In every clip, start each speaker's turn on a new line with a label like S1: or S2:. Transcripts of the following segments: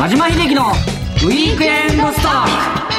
S1: 和島秀樹のウィークエンドストック。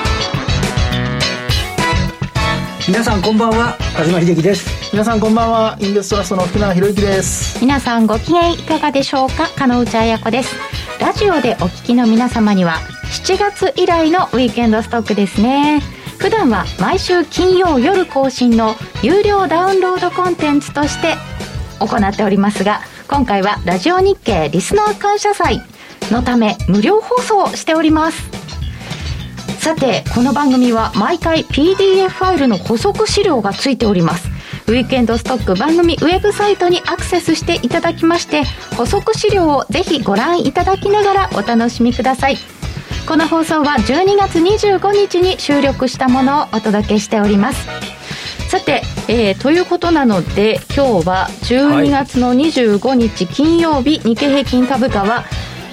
S2: 皆さんこんばんは、和島秀樹です。
S3: 皆さんこんばんは、インベストラストの福永博之です。
S4: 皆さんご機嫌いかがでしょうか。加納内彩子です。ラジオでお聞きの皆様には7月以来のウィークエンドストックですね。普段は毎週金曜夜更新の有料ダウンロードコンテンツとして行っておりますが、今回はラジオ日経リスナー感謝祭のため無料放送しております。さて、この番組は毎回 PDF ファイルの補足資料がついております。ウィークエンドストック番組ウェブサイトにアクセスしていただきまして、補足資料をぜひご覧いただきながらお楽しみください。この放送は12月25日に収録したものをお届けしております。さて、ということなので今日は12月の25日金曜日、日経平均株価は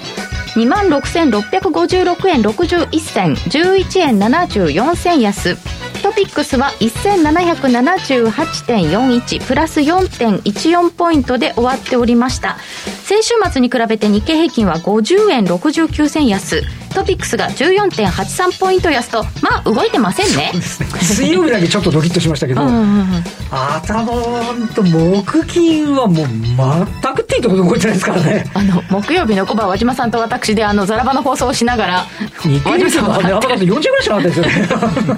S4: 26,656円61銭、11円74銭安。トピックスは 1778.41 プラス 4.14 ポイントで終わっておりました。先週末に比べて日経平均は50円69銭安、トピックスが 14.83 ポイント安と、まあ動いてませんね。
S2: 水曜日だけちょっとドキッとしましたけど、頭と木金はもう全くっていいところで動いてないですからね。
S4: 木曜日の小葉和島さんと私でザラバの放送をしながら、
S2: 日経平均の値幅だって40ぐらいしかなかったですよね。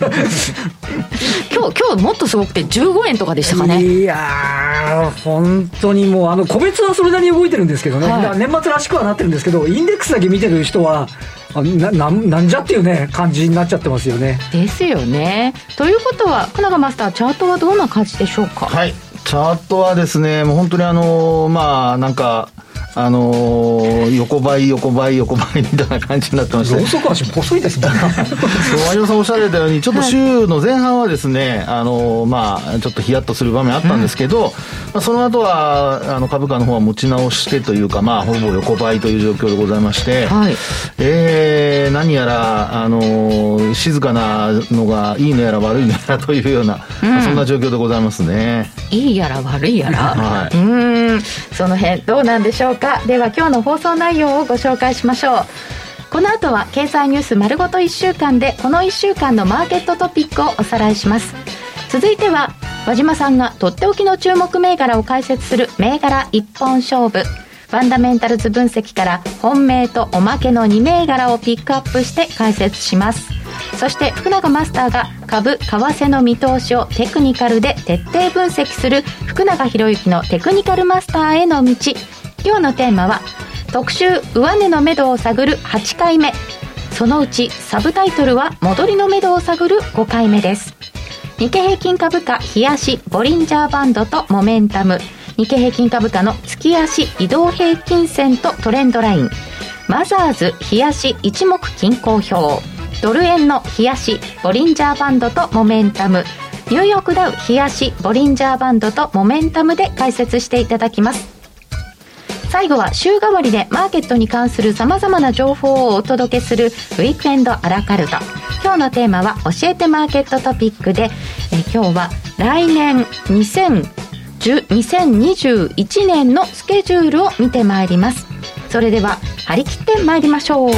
S4: 今日もっとすごくて15円とかでしたかね。
S2: いやー本当にもう個別はそれなりに動いてるんですけどね、だから年末らしくはなってるんですけど、インデックスだけ見てる人はなんじゃっていうね感じになっちゃってますよね。
S4: ですよね。ということは福永マスター、チャートはどんな感じでしょうか。
S3: はい、チャートはですね、もう本当になんか横ばいみたいな感じになってまして、
S2: ローソク足も細いですもんね。
S3: 和島さんおっしゃられたように、ちょっと週の前半はですね、ちょっとヒヤッとする場面あったんですけど、その後は株価の方は持ち直してというか、ほぼ横ばいという状況でございまして、はい、何やら静かなのがいいのやら悪いのやらというような、そんな状況でございますね。
S4: いいやら悪いやら、
S3: はい、
S4: その辺どうなんでしょうか。では今日の放送内容をご紹介しましょう。この後は経済ニュース丸ごと1週間でこの1週間のマーケットトピックをおさらいします。続いては和島さんがとっておきの注目銘柄を解説する銘柄一本勝負。ファンダメンタルズ分析から本命とおまけの2銘柄をピックアップして解説します。そして福永マスターが株・為替の見通しをテクニカルで徹底分析する福永博之のテクニカルマスターへの道。今日のテーマは特集上値の目処を探る8回目、そのうちサブタイトルは戻りの目処を探る5回目です。日経平均株価日足ボリンジャーバンドとモメンタム、日経平均株価の月足移動平均線とトレンドライン、マザーズ日足一目均衡表、ドル円の日足ボリンジャーバンドとモメンタム、ニューヨークダウ日足ボリンジャーバンドとモメンタムで解説していただきます。最後は週替わりでマーケットに関する様々な情報をお届けするウィークエンドアラカルト。今日のテーマは教えてマーケットトピックで、今日は来年2021年のスケジュールを見てまいります。それでは張り切ってまいりましょう。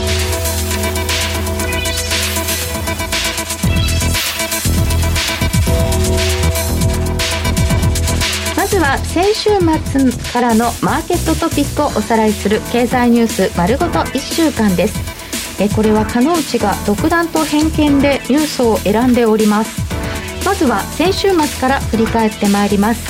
S4: まずは先週末からのマーケットトピックをおさらいする経済ニュース丸ごと1週間です。これは加納内が独断と偏見でニュースを選んでおります。まずは先週末から振り返ってまいります。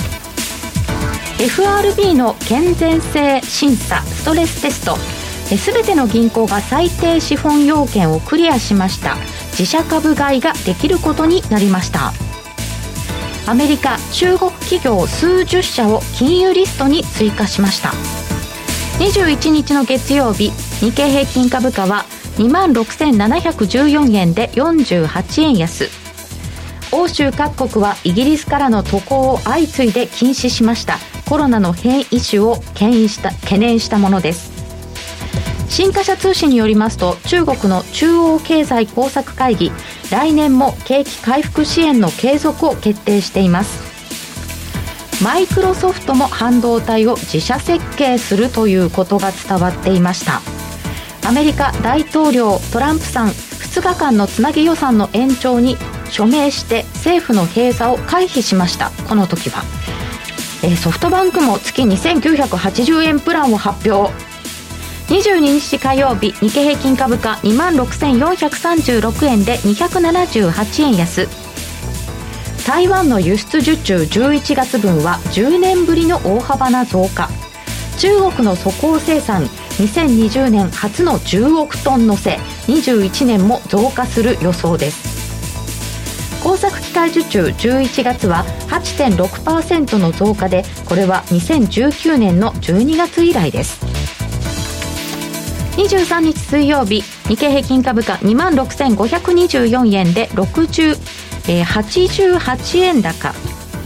S4: FRB の健全性審査ストレステスト、すべての銀行が最低資本要件をクリアしました。自社株買いができることになりました。アメリカ、中国企業数十社を金融リストに追加しました。21日の月曜日、日経平均株価は 26,714 円で48円安。欧州各国はイギリスからの渡航を相次いで禁止しました。コロナの変異種を懸念したものです。新華社通信によりますと、中国の中央経済工作会議、来年も景気回復支援の継続を決定しています。マイクロソフトも半導体を自社設計するということが伝わっていました。 アメリカ大統領トランプさん2日間のつなぎ予算の延長に署名して政府の閉鎖を回避しました。この時は、ソフトバンクも月2980円プランを発表。22日火曜日、日経平均株価 26,436 円で278円安。台湾の輸出受注11月分は10年ぶりの大幅な増加。中国の粗鋼生産2020年初の10億トン乗せ、21年も増加する予想です。工作機械受注11月は 8.6% の増加で、これは2019年の12月以来です。23日水曜日、日経平均株価 26,524 円で88円高。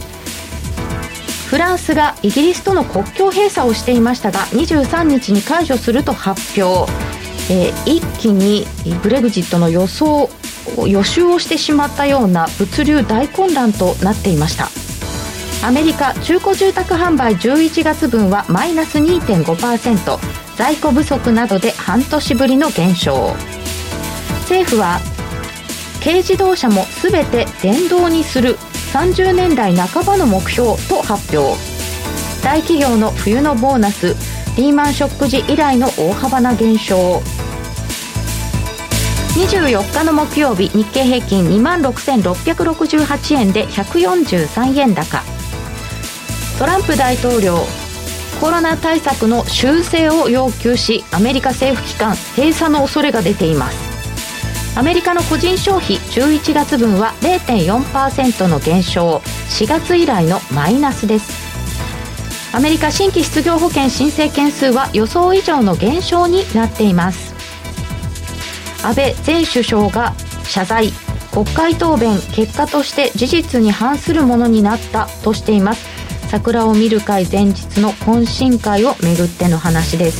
S4: フランスがイギリスとの国境閉鎖をしていましたが、23日に解除すると発表。一気にブレグジットの予習をしてしまったような物流大混乱となっていました。アメリカ中古住宅販売11月分はマイナス 2.5%、 在庫不足などで半年ぶりの減少。政府は軽自動車も全て電動にする30年代半ばの目標と発表。大企業の冬のボーナス、リーマンショック時以来の大幅な減少。24日の木曜日、日経平均 26,668 円で143円高。トランプ大統領、コロナ対策の修正を要求し、アメリカ政府機関閉鎖の恐れが出ています。アメリカの個人消費11月分は 0.4% の減少、4月以来のマイナスです。アメリカ新規失業保険申請件数は予想以上の減少になっています。安倍前首相が謝罪、国会答弁結果として事実に反するものになったとしています。桜を見る会前日の懇親会をめぐっての話です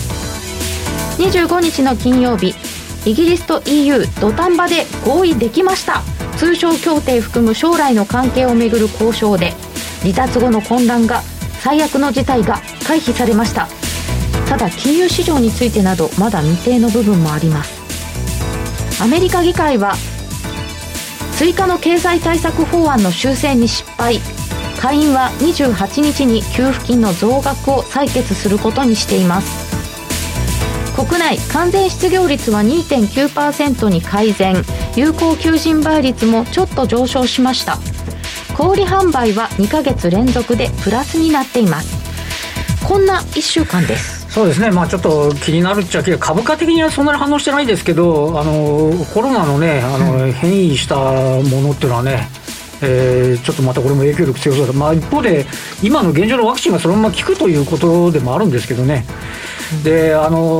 S4: 。25日の金曜日、イギリスと EU 土壇場で合意できました。通商協定含む将来の関係をめぐる交渉で離脱後の混乱が、最悪の事態が回避されました。ただ金融市場についてなどまだ未定の部分もあります。アメリカ議会は追加の経済対策法案の修正に失敗。下院は28日に給付金の増額を採決することにしています。国内完全失業率は 2.9% に改善、有効求人倍率もちょっと上昇しました。小売販売は2ヶ月連続でプラスになっています。こんな1週間です。
S2: そうですね、ちょっと気になるっちゃけ、株価的にはそんなに反応してないですけど、コロナのね、変異したものっていうのはね、ちょっとまたこれも影響力強そうだ。一方で今の現状のワクチンがそのまま効くということでもあるんですけどね。で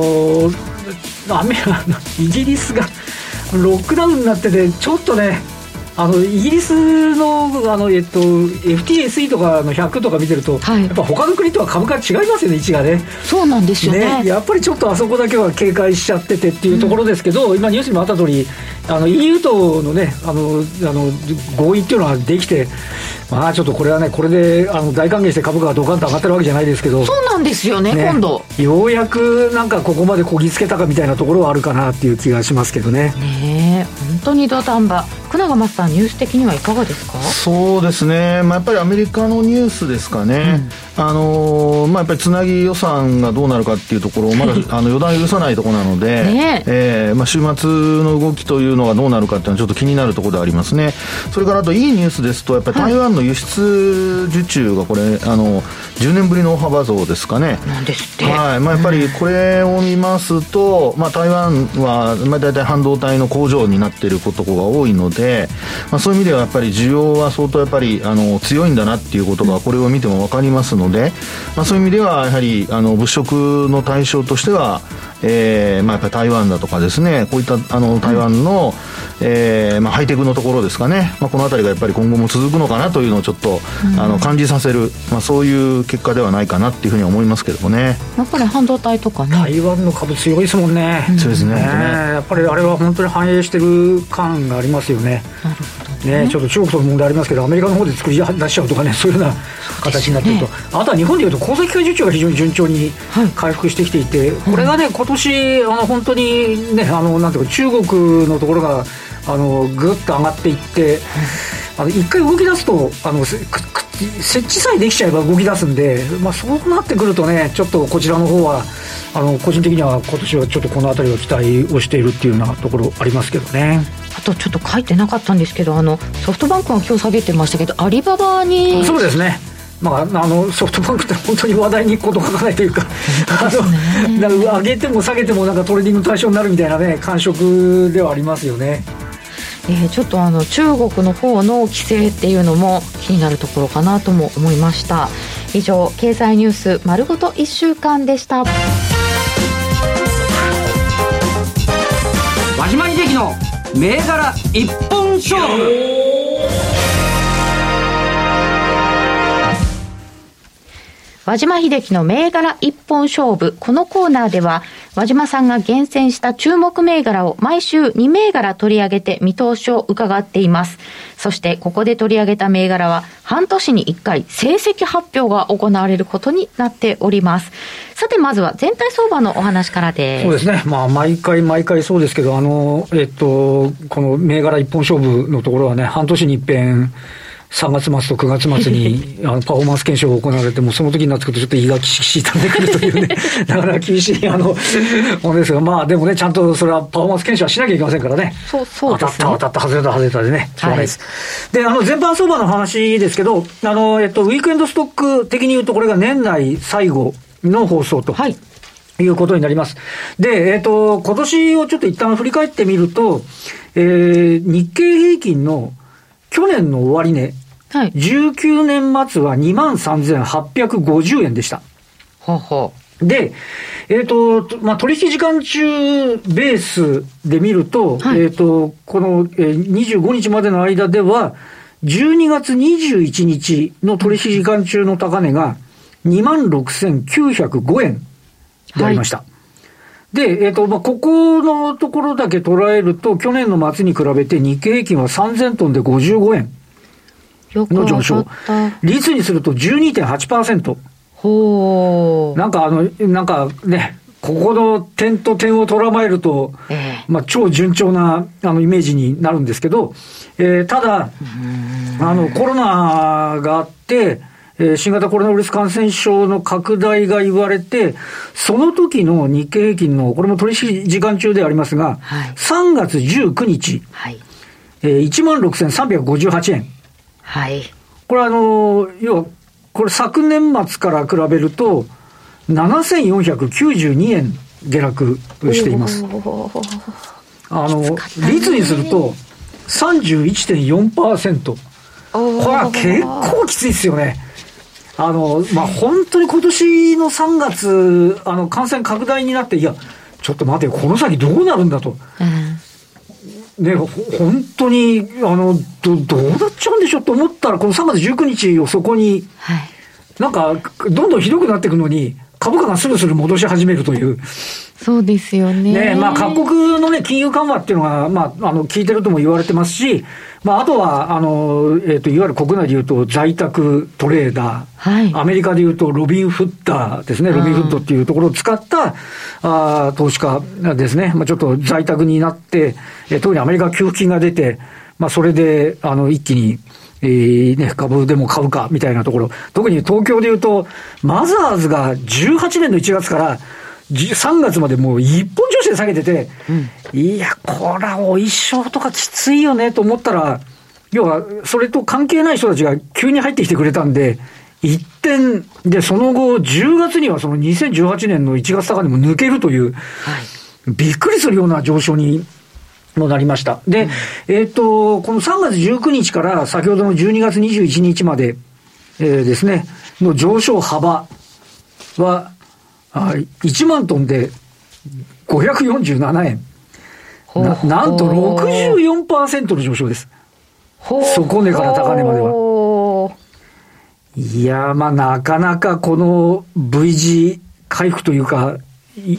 S2: イギリスがロックダウンになってて、ちょっとね、イギリスのFTSE とかの100とか見てると、やっぱ他の国とは株価違いますよね、位置がね。
S4: そうなんですよ ね。
S2: やっぱりちょっとあそこだけは警戒しちゃっててっていうところですけど、今ニュースにもあった通り、EU とのね、合意っていうのはできて、ちょっとこれはね、これで大歓迎して株価がドカンと上がってるわけじゃないですけど、
S4: そうなんですよ ね、今度
S2: ようやくなんかここまでこぎつけたかみたいなところはあるかなっていう気がしますけどね。
S4: 本当に土壇場。久永マスター、ニュース的にはいかがですか？
S3: そうですね、やっぱりアメリカのニュースですかね。やっぱりつなぎ予算がどうなるかっていうところをまだ予断許さないところなので、週末の動きというのがどうなるかっていうのはちょっと気になるところでありますね。それからあといいニュースですと、やっぱり台湾の輸出受注がこれ10年ぶりの大幅増ですかね。
S4: なんですって。
S3: やっぱりこれを見ますと、台湾は大体半導体の工場になっていることが多いので、そういう意味ではやっぱり需要は相当やっぱり強いんだなっていうことがこれを見ても分かりますので、そういう意味ではやはり物色の対象としては、やっぱり台湾だとかですね、こういった台湾の、ハイテクのところですかね、このあたりがやっぱり今後も続くのかなというのをちょっと、感じさせる、そういう結果ではないかなっていうふうに思いますけどもね。
S4: やっぱり半導体とかね、
S2: 台湾の株強いですもんね。
S3: そうですね、
S2: やっぱりあれは本当に反映してる感がありますよね。
S4: なるほど
S2: ね、ちょっと中国との問題ありますけど、アメリカの方で作り出しちゃうとかね、そういうような形になっていると、あとは日本でいうと工作機械受注が非常に順調に回復してきていて、これがね、今年本当にね、なんていうか、中国のところがぐっと上がっていって、一回動き出すと設置さえできちゃえば動き出すんで、そうなってくるとね、ちょっとこちらの方は個人的には今年はちょっとこの辺りは期待をしているっていうようなところありますけどね。
S4: あとちょっと書いてなかったんですけど、ソフトバンクは今日下げてましたけど、アリババに。
S2: そうですね、ソフトバンクって本当に話題に事欠かないというか、上げても下げてもなんかトレーディング対象になるみたいなね、感触ではありますよね。
S4: ちょっと中国の方の規制っていうのも気になるところかなとも思いました。以上、経済ニュース丸ごと1週間でした。
S1: 和島秀樹の銘柄一本勝負。
S4: 和島秀樹の銘柄一本勝負。このコーナーでは和島さんが厳選した注目銘柄を毎週2銘柄取り上げて見通しを伺っています。そしてここで取り上げた銘柄は半年に1回成績発表が行われることになっております。さてまずは全体相場のお話からです。
S2: そうですね、毎回そうですけど、この銘柄一本勝負のところはね、半年に一遍3月末と9月末にパフォーマンス検証が行われて、もうその時になってくるとちょっと胃が痛んでくるというねなかなか厳しいものですが、でもね、ちゃんとそれはパフォーマンス検証はしなきゃいけませんからね。
S4: そうですね、
S2: 当たった外れたでね、しょうがないです、はい。で、全般相場の話ですけど、ウィークエンドストック的に言うとこれが年内最後の放送と、いうことになります。で、今年をちょっと一旦振り返ってみると、日経平均の去年の終値、19年末は 23,850 円でした。で、取引時間中ベースで見ると、この25日までの間では、12月21日の取引時間中の高値が 26,905 円でありました。で、ここのところだけ捉えると、去年の末に比べて日経平均は3000トンで55円の上昇。率にすると 12.8%。なんかね、ここの点と点を捉まえると、超順調なイメージになるんですけど、ただ、コロナがあって、新型コロナウイルス感染症の拡大が言われて、その時の日経平均の、これも取引時間中でありますが、3月19日、16,358 円。これ要は、これ昨年末から比べると、7,492 円下落しています。率にすると 31.4%。これは結構きついですよね。本当に今年の3月、感染拡大になって、いや、ちょっと待てよ、この先どうなるんだと。ね、本当に、どうなっちゃうんでしょうと思ったら、この3月19日をそこに、なんか、どんどんひどくなっていくのに、株価がスルスル戻し始めるという。
S4: そうですよね。
S2: 各国のね、金融緩和っていうのが、効いてるとも言われてますし、あとは、いわゆる国内で言うと在宅トレーダー、アメリカで言うとロビンフッダーですね、ロビンフッドっていうところを使った、投資家ですね、ちょっと在宅になって、特にアメリカ給付金が出て、それで、一気に、株でも買うかみたいなところ、特に東京で言うと、マザーズが18年の1月から3月までもう一本調子で下げてて、いや、これはお衣装とかきついよねと思ったら、要は、それと関係ない人たちが急に入ってきてくれたんで、一点で、その後、10月にはその2018年の1月高値も抜けるという、びっくりするような上昇にもなりました。で、この3月19日から先ほどの12月21日まで、ですね、の上昇幅は、1万トンで547円。なんと 64% の上昇です。底値から高値までは。いや、なかなかこの V 字回復というか、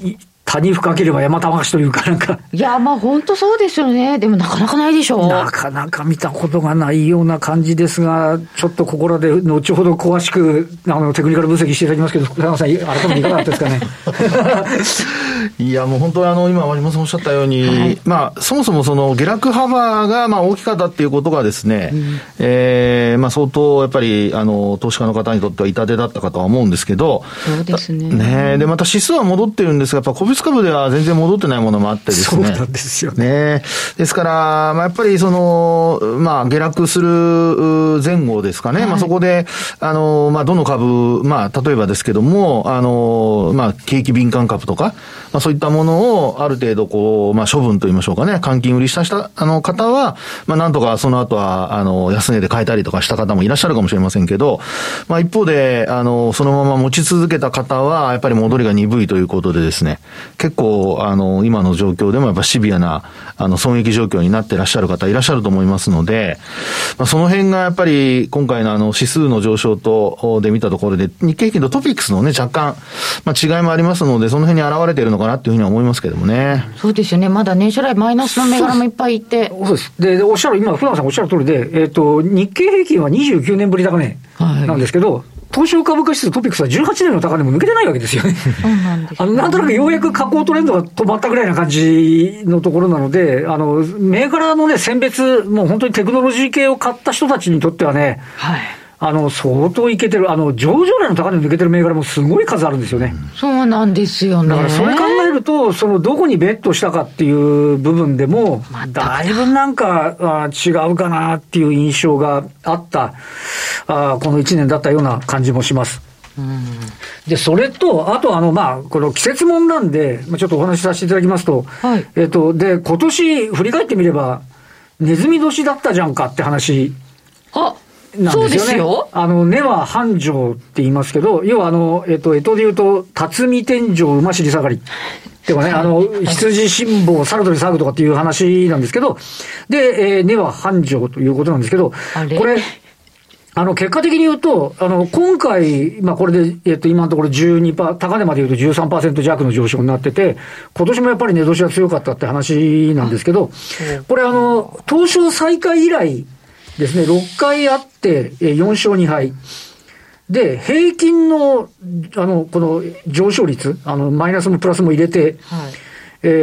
S2: 谷深ければ山玉しというかなんか。
S4: いや、まあ本当そうですよね。でもなかなかないでしょう。
S2: なかなか見たことがないような感じですが、ちょっとここらで後ほど詳しくテクニカル分析していただきますけど、福山さん改めていかがだったですかね。
S3: いやもう本当に今森本さんおっしゃったように、はい、まあそもそもその下落幅がまあ大きかったっていうことがですね、まあ相当やっぱり投資家の方にとっては痛手だったかとは思うんですけど、
S4: そうですね。
S3: でまた指数は戻ってるんですが、やっぱ個別株では全然戻ってないものもあってですね。
S2: そうなんですよね。
S3: ですから、まあ、やっぱりまあ下落する前後ですかね。はい、まあそこでまあどの株、まあ例えばですけどもまあ景気敏感株とか、まあそういったものをある程度まあ処分と言いましょうかね、換金売りした方は、まあなんとかその後は安値で買えたりとかした方もいらっしゃるかもしれませんけど、まあ一方でそのまま持ち続けた方はやっぱり戻りが鈍いということでですね、結構今の状況でもやっぱシビアな損益状況になっていらっしゃる方いらっしゃると思いますので、まあその辺がやっぱり今回の指数の上昇とで見たところで日経平均とトピックスのね若干まあ違いもありますので、その辺に現れているのかなっていうふうには思いますけどもね。
S4: そうですよね。まだ年初来マイナスの銘柄もいっぱいいて。
S2: そうです。でおっしゃる今福永さんおっしゃる通りで、日経平均は29年ぶり高値なんですけど、はい、東証株価指数トピックスは18年の高値も抜けてないわけですよね。
S4: そうなんですね。
S2: なんとなくようやく下降トレンドが止まったぐらいな感じのところなので、銘柄のね選別、もう本当にテクノロジー系を買った人たちにとってはね、はい、相当いけてる、上場来の高値抜けてる銘柄もすごい数あるんですよね。
S4: そうなんですよね。
S2: だからそれ考えると、どこにベットしたかっていう部分でも、だいぶなんか違うかなっていう印象があった、この1年だったような感じもします。で、それと、あとまあ、この季節もんなんで、ちょっとお話しさせていただきますと、はい、で、今年振り返ってみれば、ネズミ年だったじゃんかって話。なんですよね。根は繁盛って言いますけど、要は干支で言うと、辰巳天井馬尻下がり。ってかね、羊辛抱、猿取サグとかっていう話なんですけど、で、根は繁盛ということなんですけど、これ、結果的に言うと、今回、まあこれで、今のところ12%、高値まで言うと 13% 弱の上昇になってて、今年もやっぱり値年は強かったって話なんですけど、これ東証再開以来、ですね、6回あって、4勝2敗。で、平均の、この上昇率、マイナスもプラスも入れて、はい、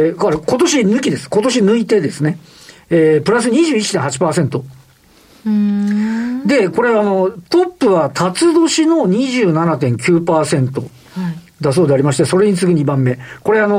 S2: これ今年抜きです。今年抜いてですね、プラス 21.8%。で、これトップは辰年の 27.9% だそうでありまして、それに次ぐ2番目。これ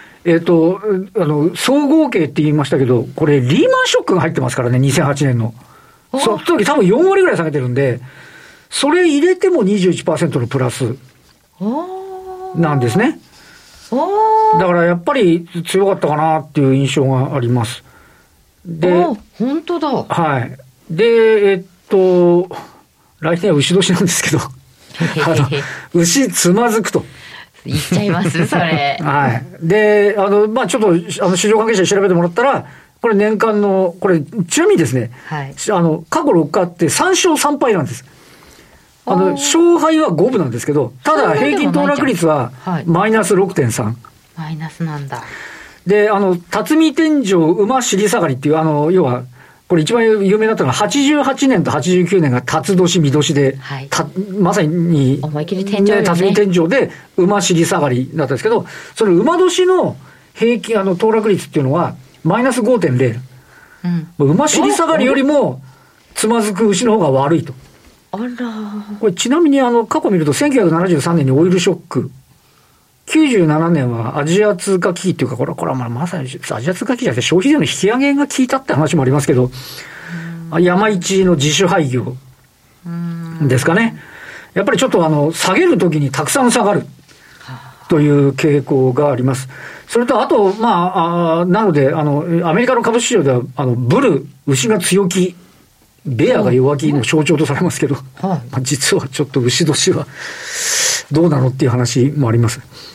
S2: 総合計って言いましたけど、これリーマンショックが入ってますからね、2008年の。その時多分4割ぐらい下げてるんで、それ入れても 21% のプラスなんですね。だからやっぱり強かったかなっていう印象があります。で、
S4: 本当だ。
S2: はい。で、来年は牛年なんですけど、牛つまずくと。
S4: 言っちゃいますそれ。
S2: はい。で、まあちょっと市場関係者に調べてもらったら、これ年間の、これ、ちなみにですね、はい、過去6回あって3勝3敗なんです。勝敗は5分なんですけど、ただ平均騰落率はマイナス 6.3。
S4: マイナスなんだ。
S2: で、辰巳天井馬尻下がりっていう、要は、これ一番有名だったのは88年と89年が辰年見年で、はい、まさに、
S4: 思い切り天井よね、
S2: 辰巳天井で馬尻下がりだったんですけど、その馬年の平均、騰落率っていうのは、マイナス 5.0、馬尻下がりよりもつまずく牛の方が悪いと。
S4: あら。
S2: これちなみに過去見ると1973年にオイルショック、97年はアジア通貨危機っていうか、これはまさにアジア通貨危機じゃなくて消費税の引き上げが効いたって話もありますけど、山一の自主廃業ですかね。やっぱりちょっと下げるときにたくさん下がるという傾向があります。それと、あと、なので、アメリカの株式市場では、ブル、牛が強気、ベアが弱気の象徴とされますけど、実はちょっと牛年はどうなのっていう話もあります。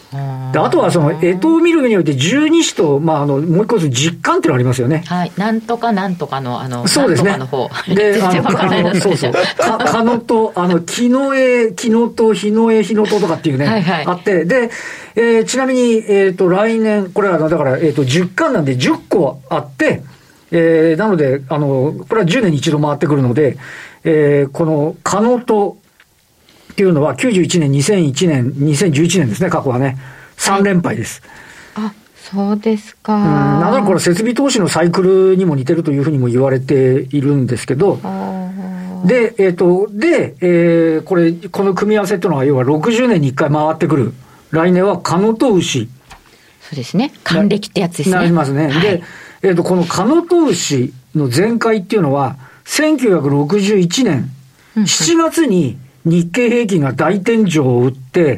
S2: であとはその干支を見る上において十二支と、もう一個ずつ実感っていうのがありますよね。
S4: はい。なんとかなんとかの
S2: そうですね。
S4: なんとかの方。
S2: で、そうそう。かのと、木の絵、木のと、日の絵、日のととかっていうね、はいはい、あって、で、ちなみに、来年、これはだから、10巻なんで10個あって、なので、これは10年に一度回ってくるので、この、かのとっていうのは91年、2001年、2011年ですね、過去はね。3連敗です。
S4: はい、あ、そうですか。
S2: なんとなくこれ設備投資のサイクルにも似てるというふうにも言われているんですけど、で、この組み合わせというのは、要は60年に1回回ってくる。来年はかのと牛。
S4: そうですね。還暦ってやつですね。
S2: なりますね。はい、で、このかのと牛の前回っていうのは、1961年7月に日経平均が大天井を打って、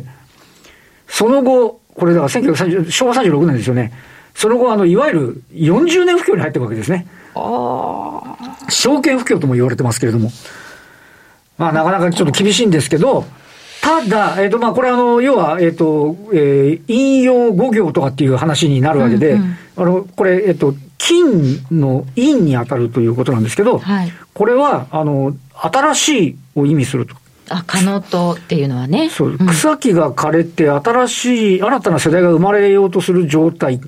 S2: その後、これだから昭和36年ですよね。その後、いわゆる40年不況に入っていくわけですね。証券不況とも言われてますけれども。なかなかちょっと厳しいんですけど、ただ、これ要は、引用5行とかっていう話になるわけで、これ、金の陰に当たるということなんですけど、はい、これは、新しいを意味すると。
S4: かのとっていうのはね。
S2: そう。草木が枯れて、新たな世代が生まれようとする状態。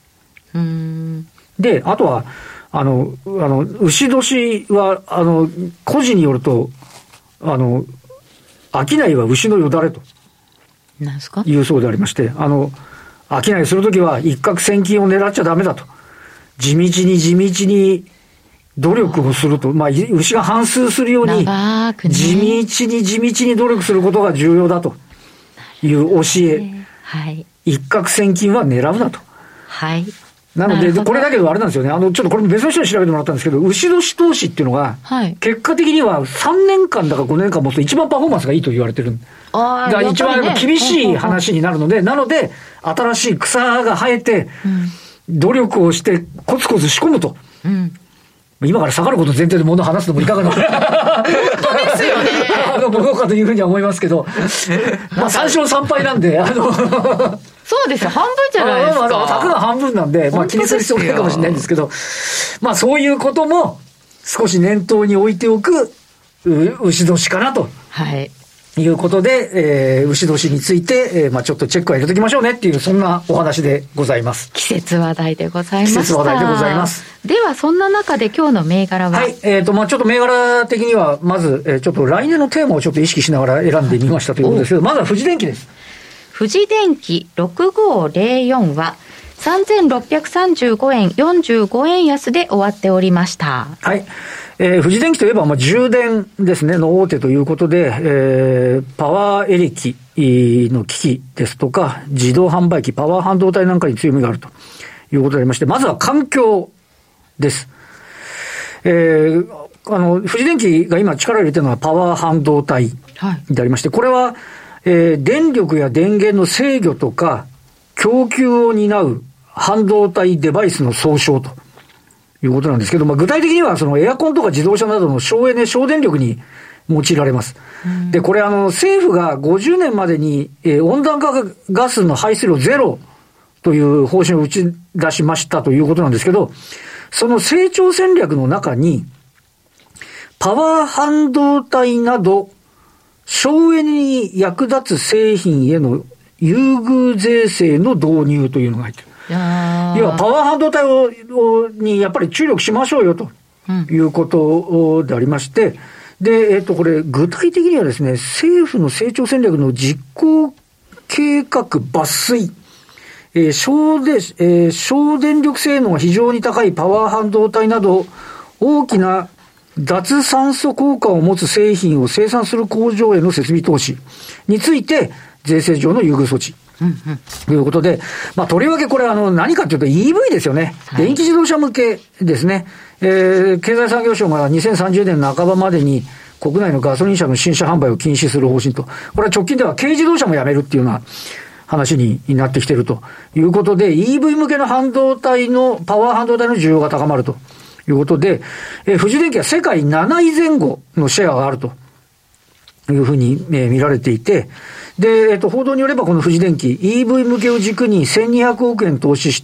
S2: で、あとは、牛年は、故事によると、商いは牛のよだれと。
S4: なんですか？
S2: いうそうでありまして、商いするときは一攫千金を狙っちゃダメだと。地道に努力をすると。牛が反芻するように、地道に努力することが重要だという教え。
S4: はい。
S2: 一攫千金は狙うなと。
S4: はい。
S2: なので、これだけどあれなんですよね。ちょっとこれ別の人に調べてもらったんですけど、牛年投資っていうのが、結果的には3年間だか5年間持つと一番パフォーマンスがいいと言われてる。だから一番厳しい話になるので、新しい草が生えて、努力をしてコツコツ仕込むと。今から下がること前提で物を話すのもいかがな。本
S4: 当ですよね。
S2: どうかというふうには思いますけど、3勝3敗なんで、
S4: そうですよ、半分じゃないですか。
S2: たが半分なんで、気にする必要ないかもしれないんですけど、そういうことも少し念頭に置いておく牛年かなと。はい。いうことで、牛年について、ちょっとチェックは入れときましょうねっていう、そんなお話でございます。
S4: 季節話題でございました。
S2: 季節話題でございます。
S4: では、そんな中で今日の銘柄は？
S2: はい。ちょっと銘柄的には、まず、ちょっと来年のテーマをちょっと意識しながら選んでみましたということですけど、まずは富士電機です。
S4: 富士電機6504は、3635円45円安で終わっておりました。
S2: はい。富士電機といえば、充電ですね、の大手ということで、パワーエレキの機器ですとか、自動販売機、パワー半導体なんかに強みがあるということでありまして、まずは環境です。富士電機が今力を入れているのはパワー半導体でありまして、これは、電力や電源の制御とか、供給を担う半導体デバイスの総称ということなんですけど、具体的にはそのエアコンとか自動車などの省エネ、省電力に用いられます。で、これ政府が50年までに、温暖化ガスの排出量ゼロという方針を打ち出しましたということなんですけど、その成長戦略の中に、パワー半導体など、省エネに役立つ製品への優遇税制の導入というのが入っている。要はパワー半導体にやっぱり注力しましょうよということでありまして、で、これ具体的にはですね、政府の成長戦略の実行計画抜粋、省電力性能が非常に高いパワー半導体など大きな脱酸素効果を持つ製品を生産する工場への設備投資について税制上の優遇措置。ということで、とりわけこれ何かというと EV ですよね。はい、電気自動車向けですね。経済産業省が2030年半ばまでに国内のガソリン車の新車販売を禁止する方針と。これは直近では軽自動車もやめるっていうような話になってきているということで、EV 向けの半導体の、パワー半導体の需要が高まるということで、富士電機は世界7位前後のシェアがあるというふうに、見られていて、 で、報道によればこの富士電機、EV 向けを軸に1200億円投資して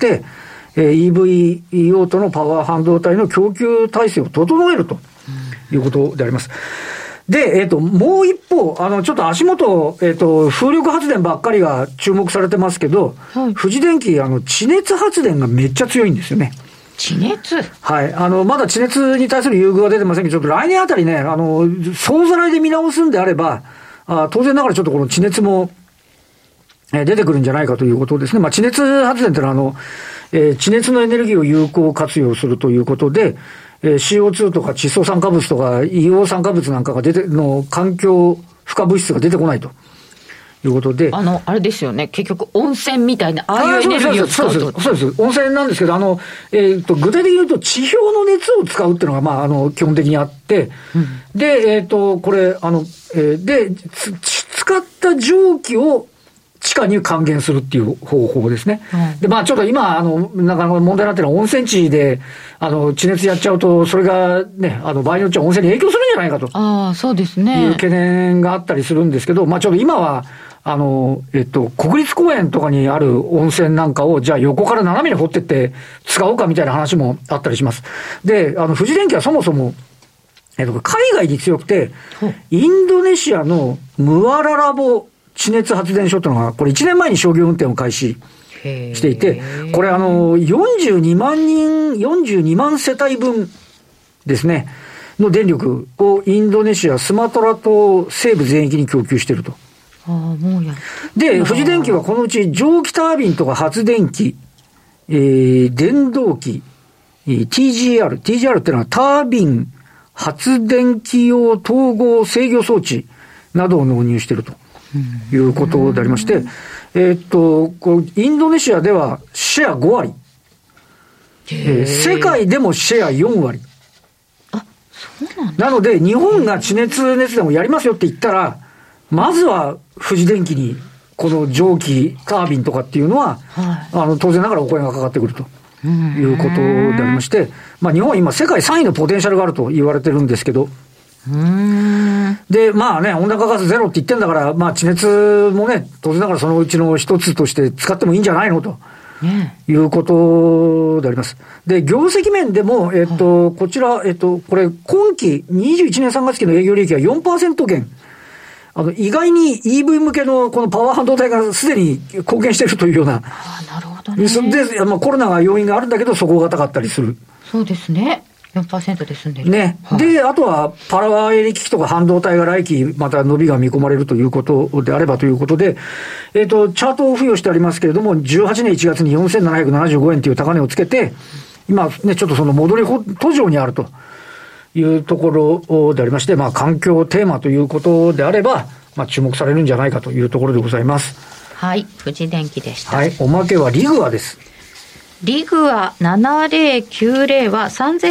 S2: 、EV 用途のパワー半導体の供給体制を整えるということであります。で、もう一方、ちょっと足元、風力発電ばっかりが注目されてますけど、はい、富士電機、地熱発電がめっちゃ強いんですよね。
S4: 地熱？
S2: はい。まだ地熱に対する優遇は出てませんけど、ちょっと来年あたりね、総ざらいで見直すんであれば、当然ながらちょっとこの地熱も、出てくるんじゃないかということですね。まあ、地熱発電ってのは、地熱のエネルギーを有効活用するということで、CO2 とか窒素酸化物とか硫黄酸化物なんかがの環境負荷物質が出てこないということで。
S4: あれですよね。結局温泉みたいな、ああいうエネルギーを使うと。
S2: そうです。温泉なんですけど、具体的に言うと地表の熱を使うっていうのが、まあ、基本的にあって、うん、で、これ、で、使った蒸気を地下に還元するっていう方法ですね。うん、で、まあちょっと今、なかなか問題になってるのは温泉地で、地熱やっちゃうと、それがね、場合によっちゃ温泉に影響するんじゃないかと。
S4: ああ、そうですね。
S2: いう懸念があったりするんですけど、まあちょっと今は、国立公園とかにある温泉なんかを、じゃあ横から斜めに掘ってって使おうかみたいな話もあったりします。で、富士電機はそもそも、海外に強くて、インドネシアのムアララボ地熱発電所というのが、これ1年前に商業運転を開始していて、これ42万世帯分ですね、の電力をインドネシア、スマトラ島西部全域に供給していると。で、富士電機はこのうち蒸気タービンとか発電機、電動機、TGR っていうのはタービン発電機用統合制御装置などを納入していると。いうことでありまして、インドネシアではシェア5割、世界でもシェア4割。
S4: あ、そうなん
S2: だ。なので、日本が地熱熱電をやりますよって言ったら、まずは富士電機に、この蒸気、タービンとかっていうのは、はい、当然ながらお金がかかってくるということでありまして、まあ日本は今世界3位のポテンシャルがあると言われてるんですけど、で、まあね、温暖化ガスゼロって言ってんだから、まあ地熱もね、当然ながらそのうちの一つとして使ってもいいんじゃないのと、いうことであります。で、業績面でも、こちら、これ、今期21年3月期の営業利益は 4% 減。意外に EV 向けのこのパワー半導体がすでに貢献しているというような。
S4: ああ、なるほどね。
S2: で、まあコロナが要因があるんだけど、そこが高かったりする。
S4: そうですね。4% で済んでる。
S2: ね。はい、で、あとは、パワーエレ機器とか半導体が来期、また伸びが見込まれるということであればということで、チャートを付与してありますけれども、18年1月に4775円という高値をつけて、今ね、ちょっとその戻り途上にあるというところでありまして、まあ、環境テーマということであれば、まあ、注目されるんじゃないかというところでございます。
S4: はい。富士電機でした。
S2: はい。おまけはリグアです。
S4: リグア7090は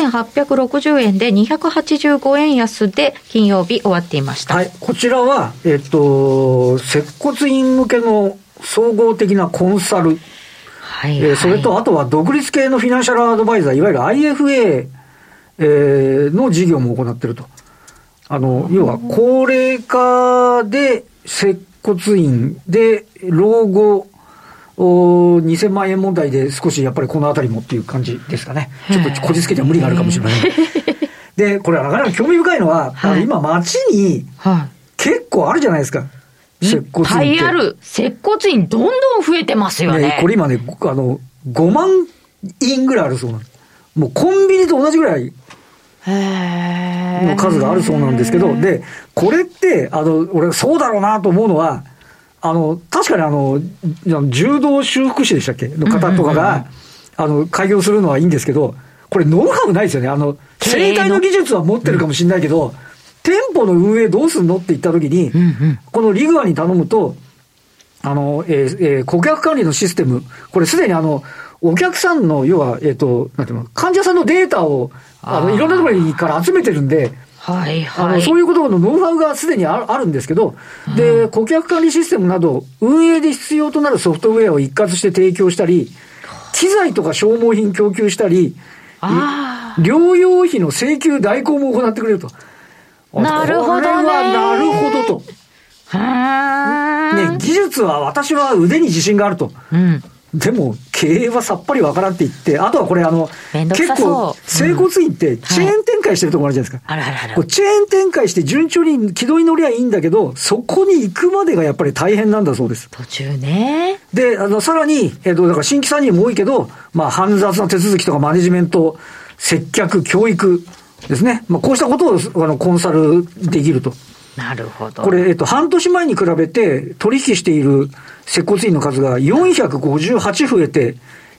S4: 3860円で285円安で金曜日終わっていました。
S2: はい。こちらは、接骨院向けの総合的なコンサル。はい、はい。それと、あとは独立系のフィナンシャルアドバイザー、いわゆる IFA、の事業も行っていると。要は、高齢化で接骨院で老後、2000万円問題で少しやっぱりこのあたりもっていう感じですかね。ちょっとこじつけては無理があるかもしれない。で、これはなかなか興味深いのは、はい、今街に結構あるじゃないですか。
S4: 接骨院って。いっぱいある。接骨院どんどん増えてますよね。
S2: これ今ね、5万院ぐらいあるそうなんです。もうコンビニと同じぐらいの数があるそうなんですけど、で、これって、俺そうだろうなと思うのは、確かに柔道修復師でしたっけの方とかが、開業するのはいいんですけど、これノウハウないですよね。生態の技術は持ってるかもしれないけど、店舗の運営どうすんのって言った時に、このリグアに頼むと、顧客管理のシステム、これすでにお客さんの、要は、なんていうの、患者さんのデータを、いろんなところから集めてるんで、
S4: はいはい、
S2: そういうことのノウハウがすでにあるんですけど、で、顧客管理システムなど、運営で必要となるソフトウェアを一括して提供したり、機材とか消耗品供給したり、療養費の請求代行も行ってくれると。
S4: なるほどね。
S2: これはなるほどと。
S4: ね、
S2: ね、技術は私は腕に自信があると。でも、経営はさっぱりわからんって言って、あとはこれ結構、整骨院ってチェーン展開してるところあるじゃないですか。こうチェーン展開して順調に軌道に乗りゃいいんだけど、そこに行くまでがやっぱり大変なんだそうです。
S4: 途中ね。
S2: で、さらに、だから新規参入も多いけど、煩雑な手続きとかマネジメント、接客、教育ですね。こうしたことをコンサルできると。
S4: なるほど。
S2: これ、半年前に比べて取引している接骨院の数が458増えて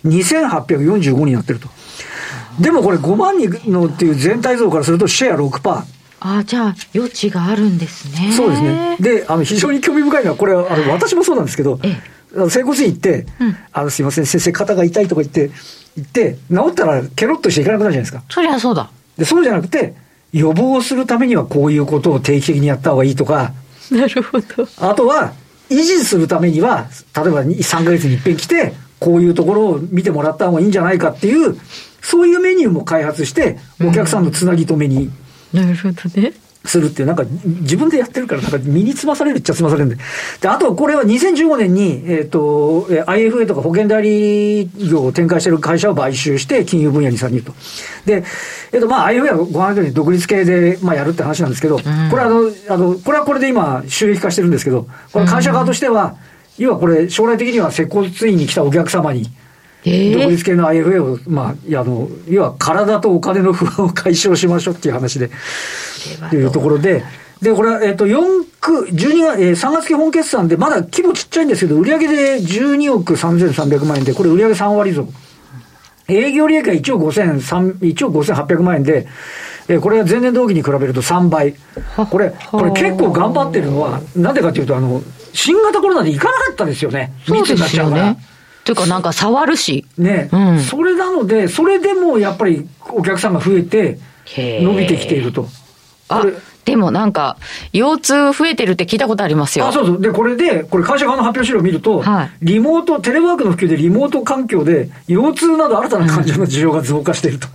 S2: 2845になってると。でもこれ5万人のっていう全体像からするとシェア 6%。
S4: じゃあ余地があるんですね。
S2: そうですね。で、非常に興味深いのは、これ私もそうなんですけど、整骨院行って、すいません、先生肩が痛いとか言って、治ったらケロッとしていかなくなるじゃないですか。
S4: そりゃそうだ。
S2: で、そうじゃなくて、予防するためにはこういうことを定期的にやった方がいいとか。
S4: なるほど。
S2: あとは、維持するためには、例えば3ヶ月に一遍来て、こういうところを見てもらった方がいいんじゃないかっていう、そういうメニューも開発して、お客さんのつなぎ止めに。
S4: なるほどね。
S2: するっていう、自分でやってるから、身につまされるっちゃつまされるんで。で、あと、これは2015年に、IFA とか保険代理業を展開している会社を買収して、金融分野に参入と。で、IFA はご覧のように独立系で、やるって話なんですけど、これはこれはこれで今、収益化してるんですけど、これ会社側としては、要はこれ、将来的には接骨院に来たお客様に、独立系の IFA を、要は体とお金の不安を解消しましょうっていう話で、というところで、これは、3月期本決算で、まだ規模ちっちゃいんですけど、売上で12億3300万円で、これ売上3割増。営業利益が1億5800万円で、これは前年同期に比べると3倍。これ結構頑張ってるのは、なんでかというと、新型コロナで行かなかったですよね。密になっちゃうから。
S4: というか触るし。
S2: ね、それなので、それでもやっぱりお客さんが増えて、伸びてきていると。
S4: でも腰痛増えてるって聞いたことありますよ。
S2: そうそう。で、これ会社側の発表資料を見ると、リモート、テレワークの普及でリモート環境で、腰痛など新たな患者の需要が増加していると。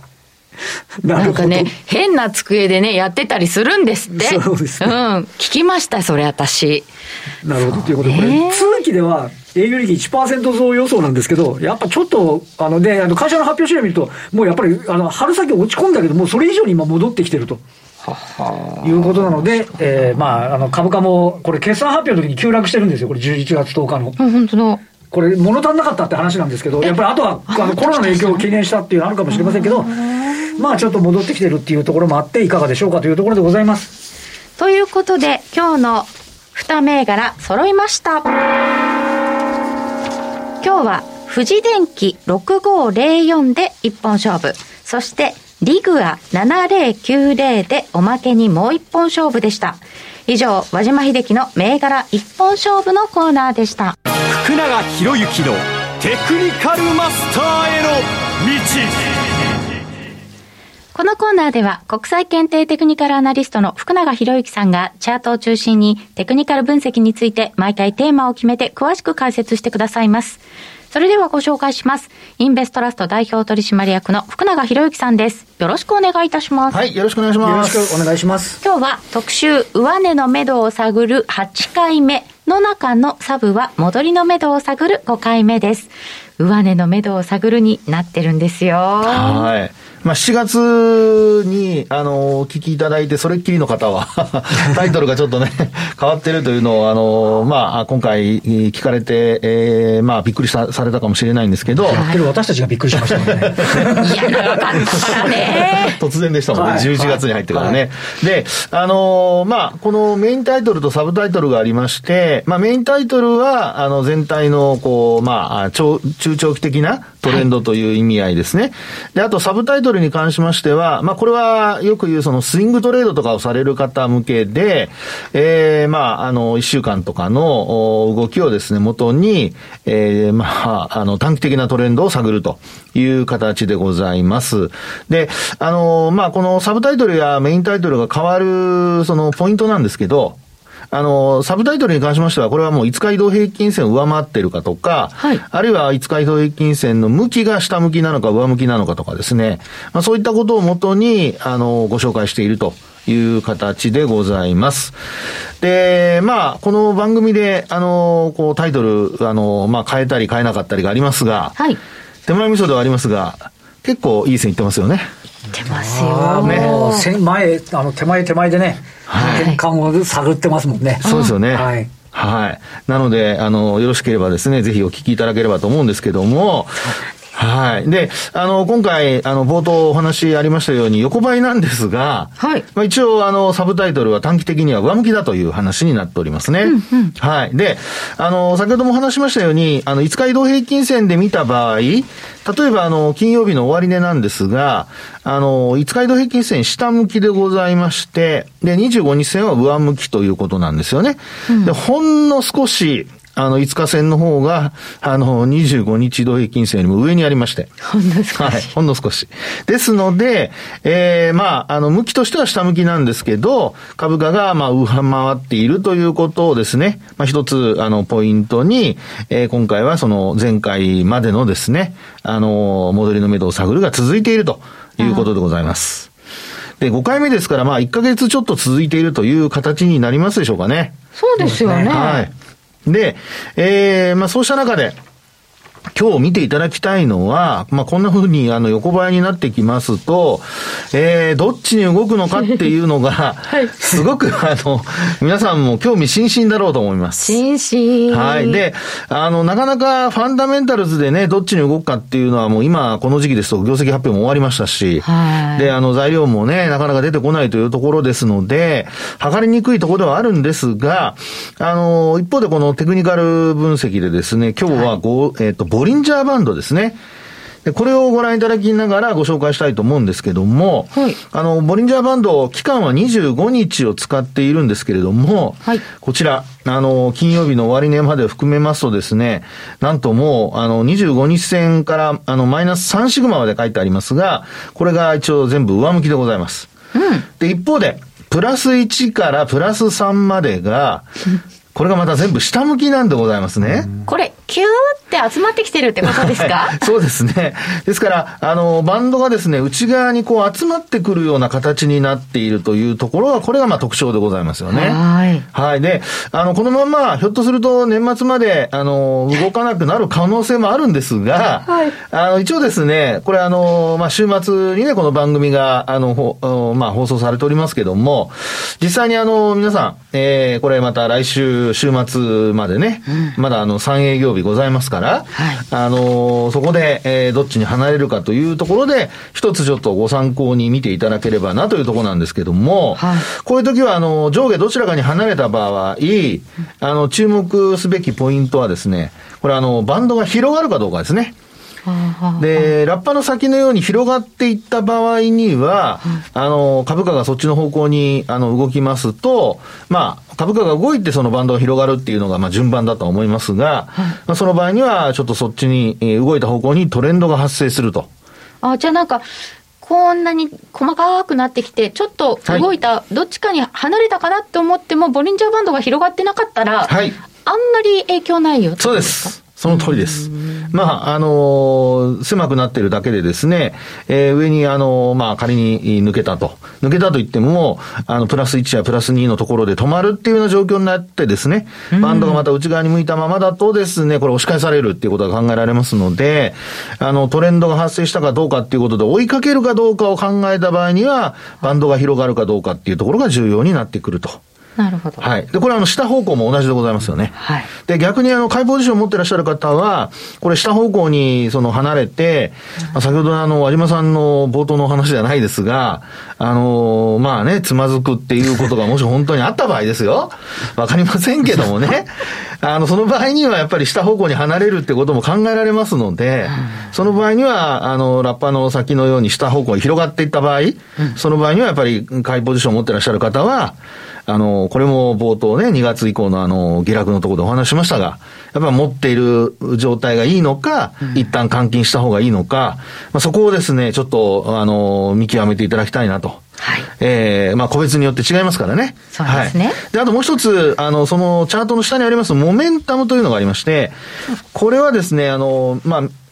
S4: 変な机でね、やってたりするんですって。
S2: そうですね。
S4: 聞きました、それ私。
S2: なるほど。ということで、これ、通期では営業利益 1% 増予想なんですけど、やっぱちょっと、会社の発表資料を見ると、もうやっぱり、春先落ち込んだけど、もうそれ以上に今戻ってきてると。いうことなので、株価も、これ決算発表の時に急落してるんですよ、これ11月10日の。
S4: 本当だ。
S2: これ、物足んなかったって話なんですけど、やっぱりあとは、コロナの影響を懸念したっていうのあるかもしれませんけど、ちょっと戻ってきてるっていうところもあって、いかがでしょうかというところでございます。
S4: ということで、今日の2銘柄揃いました。今日は、富士電機6504で一本勝負。そして、リグア7090でおまけにもう一本勝負でした。以上、和島秀樹の銘柄一本勝負のコーナーでした。
S5: 福永博之のテクニカルマスターへの道。
S4: このコーナーでは国際検定テクニカルアナリストの福永博之さんがチャートを中心にテクニカル分析について毎回テーマを決めて詳しく解説してくださいます。それではご紹介します。インベストラスト代表取締役の福永博之さんです。よろしくお願いいたします。
S3: はい、よろしくお願いします。
S2: よろしくお願いします。
S4: 今日は特集上値の目処を探る8回目の中のサブは戻りの目処を探る5回目です。上値の目処を探るになってるんですよ。
S3: はい。7月に、お聞きいただいて、それっきりの方は、タイトルがちょっとね、変わってるというのを、今回聞かれて、びっくりされたかもしれないんですけど。
S2: 私たちがびっくりしましたね。
S4: いや、長かったからね。
S3: 突然でしたもんね、11月に入ってからね。で、このメインタイトルとサブタイトルがありまして、メインタイトルは、全体の、中長期的なトレンドという意味合いですね。で、あとサブタイトルに関しましては、これはよく言うそのスイングトレードとかをされる方向けで、1週間とかの動きをですね、元に、短期的なトレンドを探るという形でございます。で、このサブタイトルやメインタイトルが変わる、そのポイントなんですけど、サブタイトルに関しましては、これはもう5日移動平均線を上回っているかとか、あるいは5日移動平均線の向きが下向きなのか上向きなのかとかですね、そういったことをもとに、ご紹介しているという形でございます。で、この番組で、こうタイトル、変えたり変えなかったりがありますが、はい。手前味噌ではありますが、結構いい線いってますよね。
S4: 出ますよ
S2: ね。もう手前でね、変換を探ってますもんね。
S3: そうですよね。はい。はい。なので、よろしければですね、ぜひお聞きいただければと思うんですけども、はい。で、今回、冒頭お話ありましたように、横ばいなんですが、はい。一応、サブタイトルは短期的には上向きだという話になっておりますね。うんうん、はい。で、先ほども話しましたように、5日移動平均線で見た場合、例えば、金曜日の終値なんですが、5日移動平均線下向きでございまして、で、25日線は上向きということなんですよね。うん、で、ほんの少し、5日線の方が、25日移動平均線よりも上にありまして。
S4: ほんの少し。はい、
S3: ほんの少し。ですので、向きとしては下向きなんですけど、株価が、上回っているということをですね、一つ、ポイントに、今回はその前回までのですね、戻りの目処を探るが続いているということでございます。で、5回目ですから、1ヶ月ちょっと続いているという形になりますでしょうかね。
S4: そうですよね。
S3: はい。で、そうした中で、今日見ていただきたいのは、こんな風に横ばいになってきますと、どっちに動くのかっていうのが、はい、すごく皆さんも興味津々だろうと思います。
S4: 津々。
S3: はい。で、なかなかファンダメンタルズでね、どっちに動くかっていうのはもう今、この時期ですと業績発表も終わりましたし、はい。で、材料もね、なかなか出てこないというところですので、測りにくいところではあるんですが、一方でこのテクニカル分析でですね、今日はボリンジャーバンドですね。で、これをご覧いただきながらご紹介したいと思うんですけども、はい、ボリンジャーバンド、期間は25日を使っているんですけれども、はい、こちら、金曜日の終値まで含めますとですね、なんともう、25日線から、マイナス3シグマまで書いてありますが、これが一応全部上向きでございます。うん、で、一方で、プラス1からプラス3までが、これがまた全部下向きなんでございますね。
S4: これ、キューって集まってきてるってことですか？
S3: はい、そうですね。ですから、バンドがですね、内側にこう集まってくるような形になっているというところは、これが特徴でございますよね。はい。はい。で、このまま、ひょっとすると年末まで、動かなくなる可能性もあるんですが、はい。一応ですね、これ週末にね、この番組が、放送されておりますけども、実際に皆さん、これまた来週末までね、まだ3営業日ございますから、はい、そこで、どっちに離れるかというところで、一つちょっとご参考に見ていただければなというところなんですけども、はい、こういう時は、上下どちらかに離れた場合、注目すべきポイントはですね、これバンドが広がるかどうかですね。で、ラッパの先のように広がっていった場合には、株価がそっちの方向に動きますと、株価が動いてそのバンドが広がるっていうのが順番だと思いますが、その場合にはちょっとそっちに動いた方向にトレンドが発生すると。
S4: じゃあなんかこんなに細かくなってきてちょっと動いた、はい、どっちかに離れたかなって思ってもボリンジャーバンドが広がってなかったら、はい、あんまり影響ないよってことですか？
S3: そうです。その通りです。狭くなっているだけでですね、上に仮に抜けたと言っても、プラス1やプラス2のところで止まるっていうような状況になってですね、バンドがまた内側に向いたままだとですね、これ押し返されるっていうことが考えられますので、トレンドが発生したかどうかっていうことで追いかけるかどうかを考えた場合には、バンドが広がるかどうかっていうところが重要になってくると。
S4: なるほど。
S3: はい。で、これ下方向も同じでございますよね。はい。で、逆に買いポジションを持ってらっしゃる方は、これ下方向に離れて、先ほど和島さんの冒頭のお話じゃないですが、つまずくっていうことがもし本当にあった場合ですよ。わかりませんけどもね。その場合にはやっぱり下方向に離れるってことも考えられますので、その場合には、ラッパの先のように下方向に広がっていった場合、その場合にはやっぱり買いポジションを持ってらっしゃる方は、これも冒頭ね、2月以降の下落のところでお話しましたが、やっぱり持っている状態がいいのか、一旦換金した方がいいのか、そこをですね、ちょっと、見極めていただきたいなと。はい。個別によって違いますからね。
S4: そうですね。はい。
S3: で、あともう一つ、そのチャートの下にありますモメンタムというのがありまして、これはですね、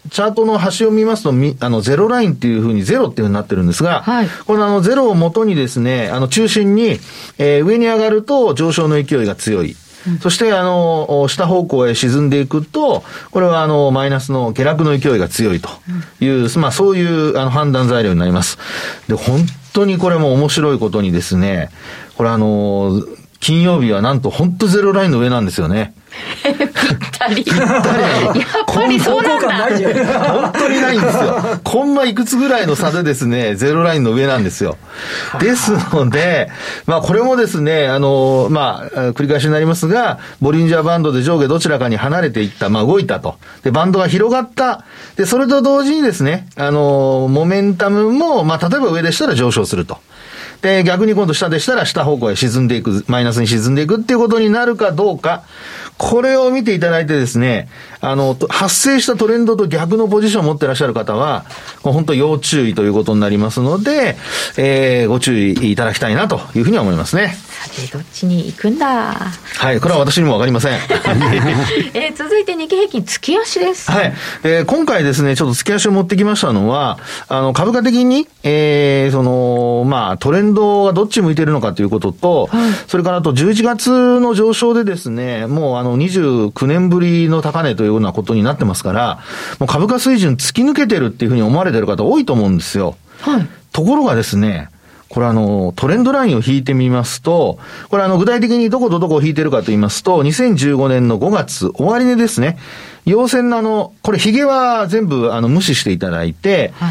S3: チャートの端を見ますと、ゼロラインっていう風にゼロっていう風になってるんですが、
S4: はい、
S3: このゼロを元にですね、中心に、上に上がると上昇の勢いが強い。そして、下方向へ沈んでいくと、これはマイナスの下落の勢いが強いという、まあそういう判断材料になります。で、本当にこれも面白いことにですね、これ金曜日はなんと本当ゼロラインの上なんですよね。
S4: ぴったり。やっ
S2: ぱりそうなんだ。
S3: 本当にないんですよ。コンマいくつぐらいの差でですね、ゼロラインの上なんですよ。ですので、まあこれもですね、繰り返しになりますが、ボリンジャーバンドで上下どちらかに離れていった、まあ動いたと。で、バンドが広がった。で、それと同時にですね、モメンタムも、まあ例えば上でしたら上昇すると。で、逆に今度下でしたら下方向へ沈んでいく、マイナスに沈んでいくっていうことになるかどうか、これを見ていただいてですね、発生したトレンドと逆のポジションを持ってらっしゃる方は、本当要注意ということになりますので、ご注意いただきたいなというふうに思いますね。
S4: さて、どっちに行くんだ。
S3: はい、これは私にもわかりません。
S4: 続いて日経平均月足です。
S3: はい。今回ですね、ちょっと月足を持ってきましたのは、株価的に、トレンドがどっち向いているのかということと、はい、それからあと11月の上昇でですね、もう29年ぶりの高値というようなことになってますから、もう株価水準突き抜けてるっていうふうに思われている方多いと思うんですよ。
S4: はい。
S3: ところがですね、これトレンドラインを引いてみますと、これ具体的にどことどこを引いてるかと言いますと、2015年の5月、終値ですね。陽線のこれ、ヒゲは全部無視していただいて、はい、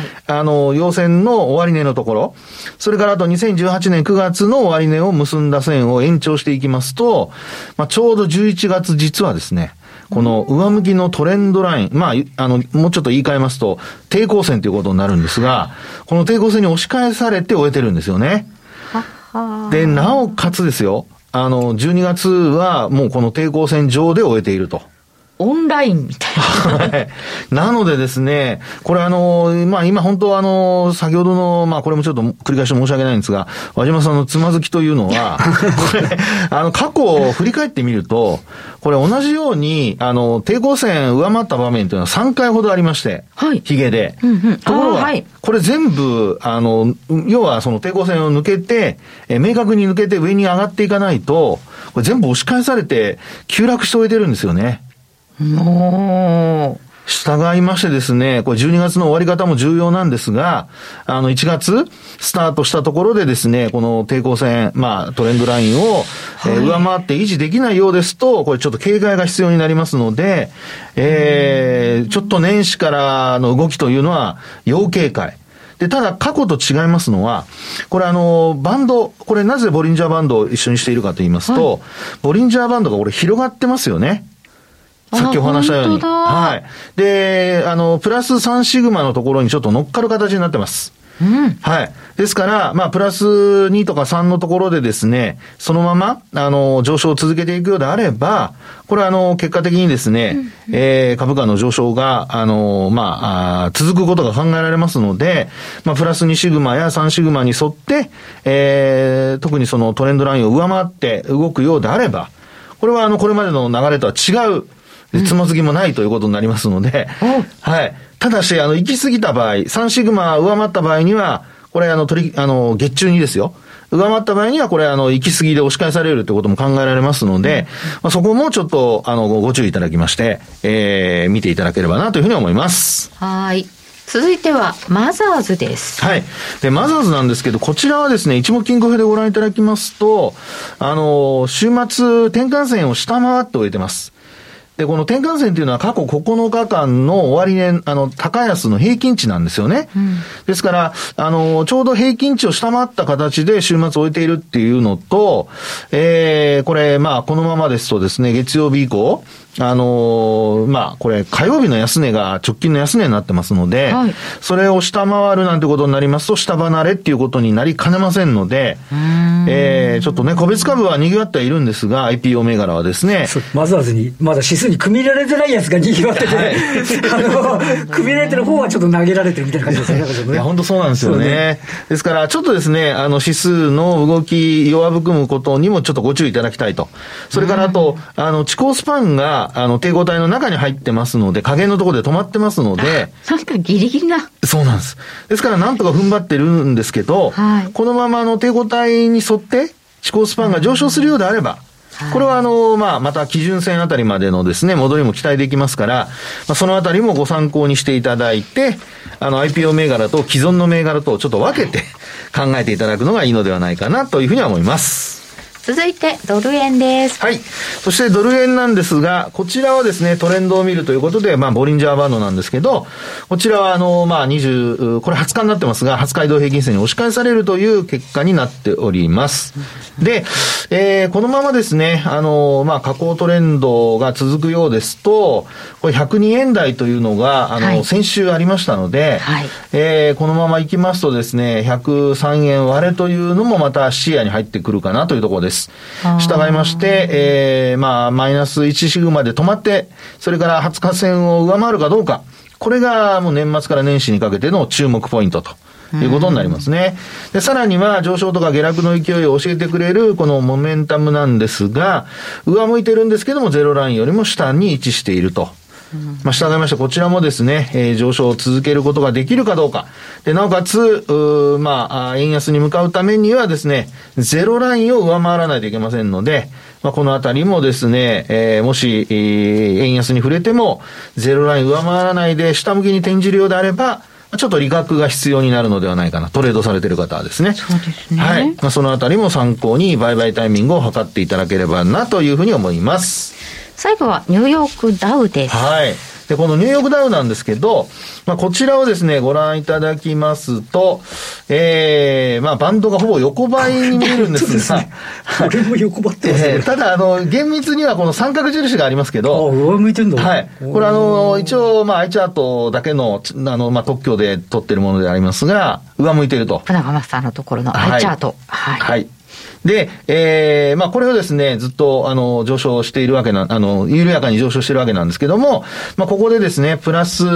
S3: 陽線の終値のところ、それからあと2018年9月の終値を結んだ線を延長していきますと、ちょうど11月実はですね、この上向きのトレンドライン、もうちょっと言い換えますと、抵抗線ということになるんですが、この抵抗線に押し返されて終えてるんですよね。で、なおかつですよ、12月はもうこの抵抗線上で終えていると。
S4: オンラインみたいな。
S3: なのでですね、これ今本当先ほどの、これもちょっと繰り返し申し訳ないんですが、和島さんのつまずきというのは、これ、過去を振り返ってみると、これ同じように、抵抗線上回った場面というのは3回ほどありまして、
S4: はい。
S3: ヒゲで。
S4: うんうん、
S3: ところが、
S4: はい、
S3: これ全部、要はその抵抗線を抜けて、明確に抜けて上に上がっていかないと、これ全部押し返されて、急落して終えてるんですよね。従いましてですね、これ12月の終わり方も重要なんですが、1月スタートしたところでですね、この抵抗線、トレンドラインを、上回って維持できないようですと、これちょっと警戒が必要になりますので、ちょっと年始からの動きというのは要警戒。で、ただ過去と違いますのは、これバンド、これなぜボリンジャーバンドを一緒にしているかと言いますと、ボリンジャーバンドがこれ広がってますよね。さっきお話したように。はい。で、プラス3シグマのところにちょっと乗っかる形になってます。
S4: うん。
S3: はい。ですから、プラス2とか3のところでですね、そのまま、上昇を続けていくようであれば、これ結果的にですね、株価の上昇が、続くことが考えられますので、プラス2シグマや3シグマに沿って、特にそのトレンドラインを上回って動くようであれば、これはこれまでの流れとは違う、つまずきもないということになりますので、はい。ただし、行き過ぎた場合、3シグマ上回った場合には、これ月中にですよ。上回った場合には、これ行き過ぎで押し返されるということも考えられますので、そこもちょっと、ご注意いただきまして、見ていただければなというふうに思います。
S4: はい。続いては、マザーズです。
S3: はい。で、マザーズなんですけど、こちらはですね、一目金庫表でご覧いただきますと、週末、転換線を下回って終えてます。で、この転換線というのは過去9日間の終値、高安の平均値なんですよね。うん、ですから、ちょうど平均値を下回った形で週末を終えているっていうのと、これ、このままですとですね、月曜日以降、これ、火曜日の安値が直近の安値になってますので、はい、それを下回るなんてことになりますと、下離れっていうことになりかねませんので、ちょっとね、個別株は賑わってはいるんですが、IPO 銘柄はですね。
S2: マザーズに、まだ指数するに組み入れられてないやつが賑わってて、組み入れてる方はちょっと投げられてるみたいな感じですね。
S3: いや本当そうなんですよね。ですからちょっとですね、指数の動き弱含むことにもちょっとご注意いただきたいと。それからあと地高スパンが抵抗体の中に入ってますので、下限のところで止まってますので、
S4: なんかギリギリな。
S3: そうなんです。ですからなんとか踏ん張ってるんですけど、このまま抵抗体に沿って地高スパンが上昇するようであれば、これはまた基準線あたりまでのですね、戻りも期待できますから、そのあたりもご参考にしていただいて、IPO 銘柄と既存の銘柄とちょっと分けて考えていただくのがいいのではないかなというふうには思います。
S4: 続いてドル円です。
S3: はい。そしてドル円なんですが、こちらはですね、トレンドを見るということで、ボリンジャーバンドなんですけど、こちらはこれ20日になってますが、20日移動平均線に押し返されるという結果になっております。で、このままですね、下降トレンドが続くようですと、これ102円台というのが、先週ありましたので、このまま行きますとですね、103円割れというのもまた視野に入ってくるかなというところです。従いまして、マイナス1シグマで止まって、それから20日線を上回るかどうか、これがもう年末から年始にかけての注目ポイントということになりますね。で、さらには上昇とか下落の勢いを教えてくれるこのモメンタムなんですが、上向いてるんですけどもゼロラインよりも下に位置していると。従いましてこちらもですね、上昇を続けることができるかどうか。で、なおかつ、円安に向かうためにはですね、ゼロラインを上回らないといけませんので、このあたりもですね、もし、円安に触れても、ゼロライン上回らないで下向きに転じるようであれば、ちょっと利確が必要になるのではないかな。トレードされている方はですね。
S4: そうですね。
S3: はい。そのあたりも参考に売買タイミングを測っていただければなというふうに思います。
S4: 最後はニューヨークダウです。
S3: はい。で、このニューヨークダウなんですけど、こちらをですね、ご覧いただきますと、バンドがほぼ横ばいに見えるんですが、
S2: これも横ばってますね。
S3: ただ、厳密にはこの三角印がありますけど、
S2: 上向いてんだ。
S3: はい。これ一応、アイチャートだけの、特許で取ってるものでありますが、上向いてると。
S4: 船川マスターのところのアイチャート。
S3: はい。はいで、これをですね、ずっと、上昇しているわけ緩やかに上昇しているわけなんですけども、ここでですね、プラス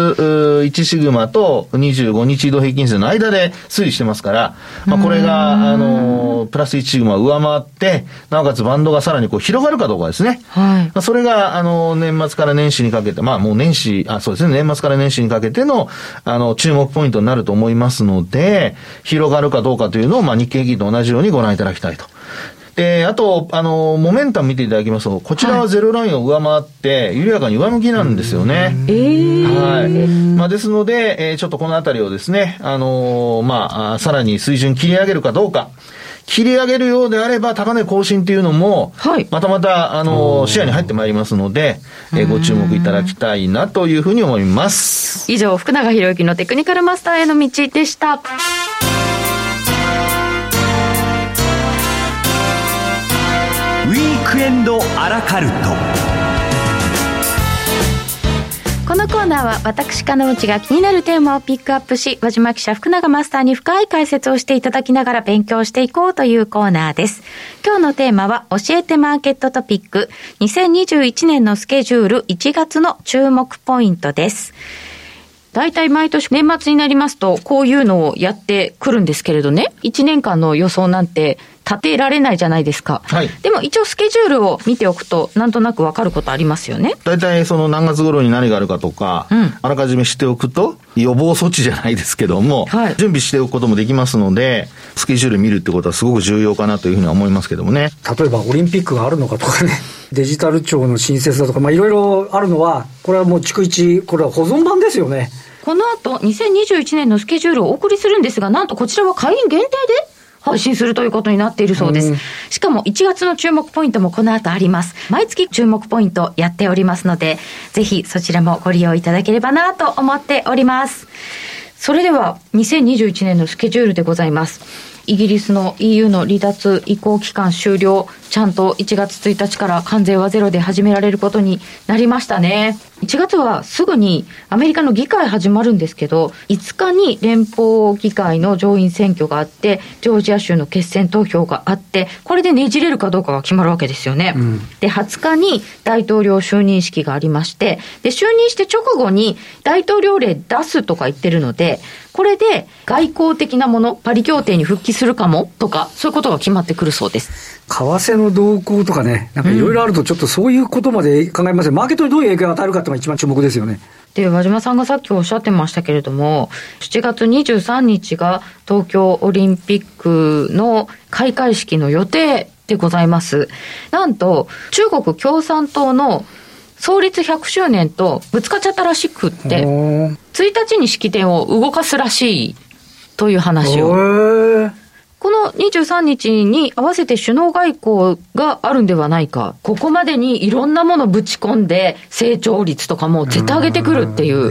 S3: 1シグマと25日移動平均線の間で推移してますから、これが、プラス1シグマを上回って、なおかつバンドがさらに広がるかどうかですね。
S4: はい。
S3: それが、年末から年始にかけて、もうそうですね、年末から年始にかけての、注目ポイントになると思いますので、広がるかどうかというのを、日経平均と同じようにご覧いただきたいと。で、あと、モメンタム見ていただきますと、こちらはゼロラインを上回って、緩やかに上向きなんですよね。はい。ですので、ちょっとこのあたりをですね、さらに水準切り上げるかどうか。切り上げるようであれば、高値更新っていうのも、また視野に入ってまいりますので、ご注目いただきたいなというふうに思います。
S4: 以上、福永博之のテクニカルマスターへの道でした。
S5: ウィークエンドアラカルト。
S4: このコーナーは私金内が気になるテーマをピックアップし、和島記者福永マスターに深い解説をしていただきながら勉強していこうというコーナーです。今日のテーマは教えてマーケットトピック2021年のスケジュール1月の注目ポイントです。大体毎年年末になりますとこういうのをやってくるんですけれどね、1年間の予想なんて立てられないじゃないですか。はい。でも一応スケジュールを見ておくとなんとなく分かることありますよね。
S3: 大体その何月頃に何があるかとか、あらかじめしておくと予防措置じゃないですけども、準備しておくこともできますので、スケジュール見るってことはすごく重要かなというふうには思いますけどもね。
S2: 例えばオリンピックがあるのかとかね、デジタル庁の新設だとか、いろいろあるのは、これはもう逐一、これは保存版ですよね。
S4: この後2021年のスケジュールをお送りするんですが、なんとこちらは会員限定で配信するということになっているそうです。しかも1月の注目ポイントもこの後あります。毎月注目ポイントやっておりますので、ぜひそちらもご利用いただければなと思っております。それでは2021年のスケジュールでございます。イギリスの EU の離脱移行期間終了ちゃんと1月1日から関税はゼロで始められることになりましたね。1月はすぐにアメリカの議会始まるんですけど、5日に連邦議会の上院選挙があって、ジョージア州の決選投票があって、これでねじれるかどうかが決まるわけですよね。で、20日に大統領就任式がありまして、で、就任して直後に大統領令出すとか言ってるので、これで外交的なもの、パリ協定に復帰するかもとか、そういうことが決まってくるそうです。
S2: 為替の動向とかね、なんかいろいろあるとちょっとそういうことまで考えますよ。マーケットにどういう影響を与えるかっていうのが一番注目ですよね。
S4: で、和島さんがさっきおっしゃってましたけれども、7月23日が東京オリンピックの開会式の予定でございます。なんと中国共産党の創立100周年とぶつかっちゃったらしくって、1日に式典を動かすらしいという話を。この23日に合わせて首脳外交があるんではないか。ここまでにいろんなものぶち込んで成長率とかも絶対上げてくるっていう。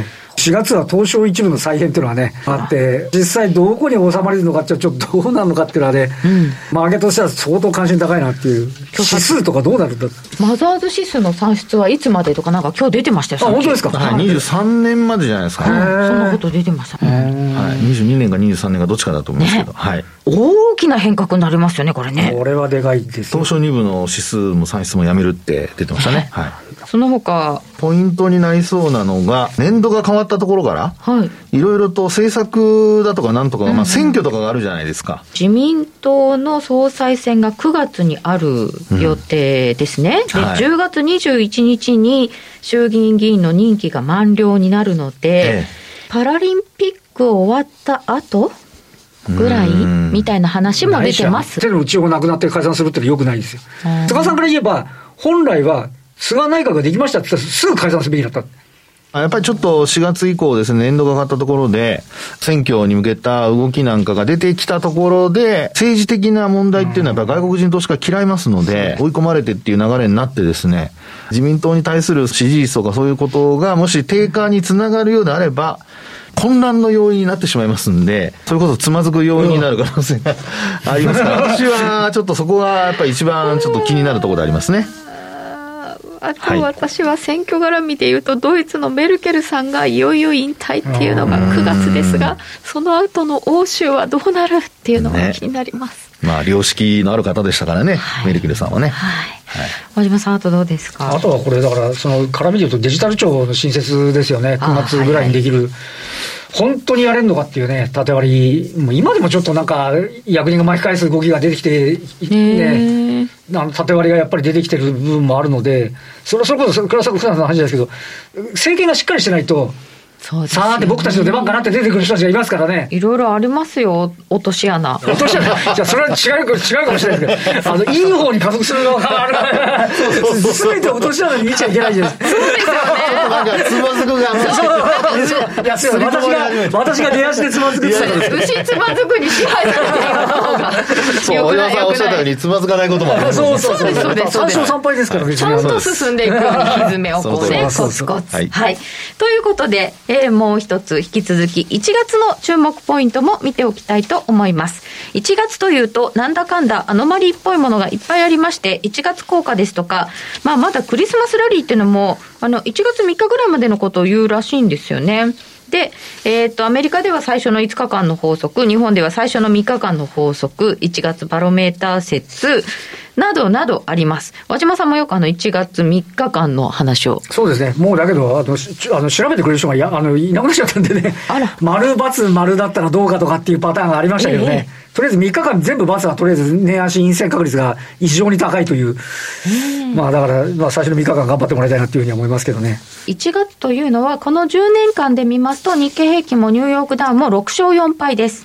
S2: 4月は東証一部の再編っていうのがね、あって、実際どこに収まれるのかってちょっとどうなるのかっていうのはね、マーケットとしては相当関心高いなっていう。指数とかどうなるんだ。
S4: マザーズ指数の算出はいつまでとかなんか今日出てましたよ。
S2: あ、本当ですか。
S3: はい、23年までじゃないですかね。
S4: そんなこと出てましたね。
S3: はい、22年か23年かどっちかだと思いますけど、ね、はい。
S4: 大きな変革になりますよね、これね。
S2: これはでかいです。
S3: 東証2部の指数も算出もやめるって出てましたね。はい。
S4: その他
S3: ポイントになりそうなのが、年度が変わったところから、はい、いろいろと政策だとかなんとか、まあ、選挙とかがあるじゃないですか。
S4: 自民党の総裁選が9月にある予定ですね。で、はい、10月21日に衆議院議員の任期が満了になるので、パラリンピック終わった後ぐらいみたいな話も出てます。
S2: 手の打ちようがなくなって解散するってのは良くないですよ。菅さんから言えば、本来は菅内閣ができましたって言ったらすぐ解散すべきだった。
S3: やっぱりちょっと4月以降ですね、年度が変わったところで、選挙に向けた動きなんかが出てきたところで、政治的な問題っていうのはやっぱり外国人投資家嫌いますので、追い込まれてっていう流れになってですね、自民党に対する支持率とかそういうことがもし低下につながるようであれば、混乱の要因になってしまいますんで、それこそつまずく要因になる可能性がありますから、私はちょっとそこがやっぱり一番ちょっと気になるところでありますね。
S4: あと私は選挙絡みで言うと、ドイツのメルケルさんがいよいよ引退っていうのが9月ですが、その後の欧州はどうなるっていうのが気になります、
S3: ね。まあ良識のある方でしたからね、はい、メルケルさんはね。はい
S4: はい、和島さん、あとどうですか。
S2: あとはこれだからその絡みで言うとデジタル庁の新設ですよね。9月ぐらいにできる、はいはい、本当にやれるのかっていうね、縦割り、もう今でもちょっとなんか役人が巻き返す動きが出てきてね、縦割りがやっぱり出てきてる部分もあるので、それこそ倉沢さんの話ですけど、政権がしっかりしてないと、さーって僕たちの出番かなって出てくる人たちがいますからね。
S4: いろいろありますよ、落とし穴。
S2: 落とし穴。じゃあそれは違うかもしれないですけど、いい方に加速するのがあるから、全て落とし穴に見ちゃいけないじゃないですか。
S4: そうですよね。
S3: なんかつまずくが
S2: 私が出足でつまずくって言ったから。
S4: 牛つまずくに支配されている方が。
S3: そう、小島さんおっしゃったようにつまずかないこともある。
S2: そうです。3勝3敗ですからね。
S4: ちゃんと進んでいくようにひずめをこうね、コツコツ。はい。ということで、もう一つ引き続き1月の注目ポイントも見ておきたいと思います。1月というとなんだかんだアノマリーっぽいものがいっぱいありまして、1月効果ですとか、まだクリスマスラリーっていうのも1月3日ぐらいまでのことを言うらしいんですよね。で、アメリカでは最初の5日間の法則、日本では最初の3日間の法則、1月バロメーター説などなどあります。和島さんもよく1月3日間の話を。
S2: そうですね。もうだけど調べてくれる人がいなくなっちゃったんでね。丸×丸だったらどうかとかっていうパターンがありましたけどね。とりあえず3日間全部×はとりあえず年足陰線確率が異常に高いという。だから最初の3日間頑張ってもらいたいなっていうふうには思いますけどね。
S4: 1月というのはこの10年間で見ますと、日経平均もニューヨークダウンも6勝4敗です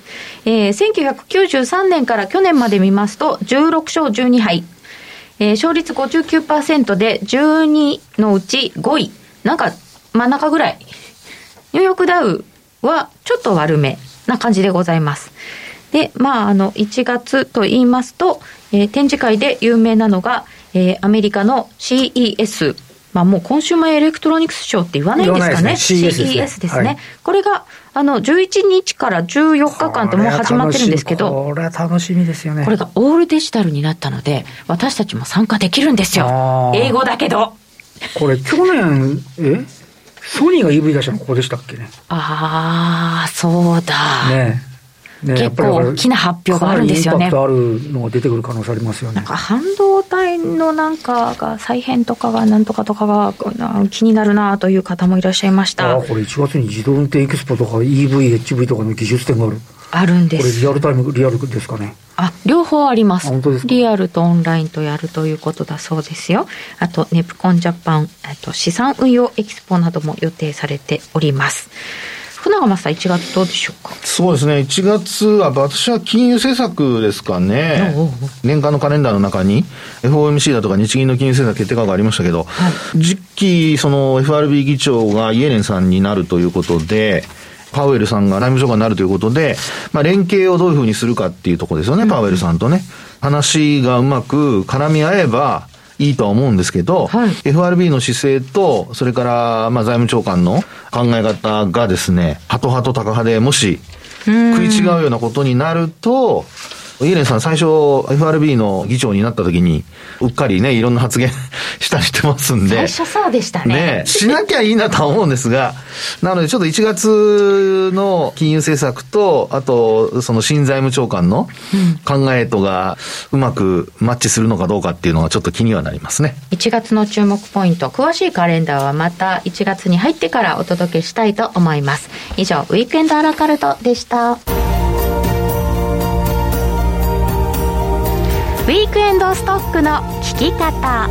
S4: 。1993年から去年まで見ますと16勝12敗。勝率 59% で12のうち5位。なんか真ん中ぐらい。ニューヨークダウはちょっと悪めな感じでございます。で、1月と言いますと、展示会で有名なのが、アメリカの CES もうコンシューマーエレクトロニクスショーって言わないんですかね。CES ですね、はい、これが11日から14日間ってもう始まってるんですけど、
S2: これは楽しみですよね。
S4: これがオールデジタルになったので私たちも参加できるんですよ。英語だけど。
S2: これ去年ソニーが EV 出したのここでしたっけね。
S4: そうだね。結構大きな発表があるんですよね。
S2: インパクトあるのが出てくる可能性ありますよね。
S4: なんか半導体のなんかが再編とかがなんとかとかが気になるなという方もいらっしゃいました。
S2: これ1月に自動運転エキスポとか EV、HV とかの技術展が
S4: あるんです。
S2: これリアルタイムリアルですかね。
S4: 両方あります。
S2: 本当ですか。
S4: リアルとオンラインとやるということだそうですよ。あとネプコンジャパン、資産運用エキスポなども予定されております。船川さん、1月どうでしょうか。
S3: そうですね、1月は私は金融政策ですかね。年間のカレンダーの中に FOMC だとか日銀の金融政策決定会がありましたけど、次期その FRB 議長がイエレンさんになるということで、パウエルさんが財務長官になるということで、連携をどういうふうにするかっていうところですよね、パウエルさんとね。話がうまく絡み合えばいいとは思うんですけど、FRB の姿勢と、それから財務長官の考え方がですね、ハト派とタカ派でもし食い違うようなことになると、イエレンさん最初 FRB の議長になった時にうっかりねいろんな発言したりしてますんで、
S4: 最初そうでしたね。
S3: しなきゃいいなとは思うんですが、なのでちょっと1月の金融政策と、あとその新財務長官の考えとがうまくマッチするのかどうかっていうのはちょっと気にはなりますね。
S4: 1月の注目ポイント、詳しいカレンダーはまた1月に入ってからお届けしたいと思います。以上、ウィークエンドアラカルトでした。ウィークエンドストックの聞き方。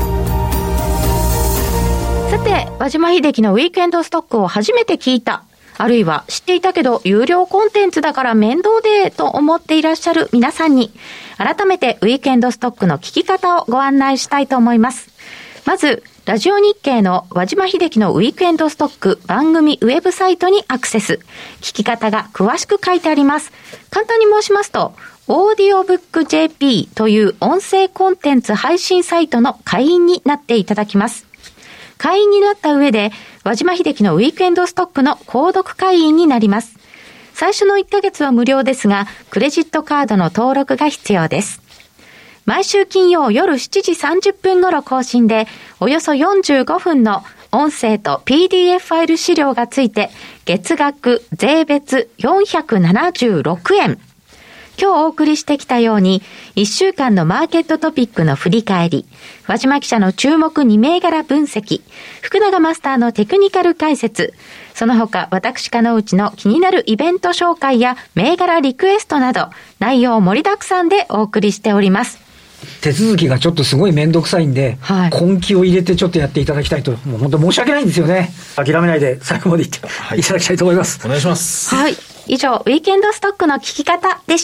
S4: さて、和島秀樹のウィークエンドストックを初めて聞いた、あるいは知っていたけど有料コンテンツだから面倒でと思っていらっしゃる皆さんに、改めてウィークエンドストックの聞き方をご案内したいと思います。まず、ラジオ日経の和島秀樹のウィークエンドストック番組ウェブサイトにアクセス。聞き方が詳しく書いてあります。簡単に申しますと、オーディオブック JP という音声コンテンツ配信サイトの会員になっていただきます。会員になった上で、和島秀樹のウィークエンドストックの購読会員になります。最初の1ヶ月は無料ですが、クレジットカードの登録が必要です。毎週金曜夜7時30分頃更新で、およそ45分の音声と PDF ファイル資料がついて、月額税別476円。今日お送りしてきたように、1週間のマーケットトピックの振り返り、和島記者の注目2銘柄分析、福永マスターのテクニカル解説、その他私鹿之内の気になるイベント紹介や銘柄リクエストなど、内容盛りだくさんでお送りしております。
S2: 手続きがちょっとすごいめんどくさいんで、根気を入れてちょっとやっていただきたいと、もう本当申し訳ないんですよね。諦めないで最後までいっていただきたいと思います。
S3: お願いします。
S4: はい。以上、ウィークエンドストックの聞き方でした。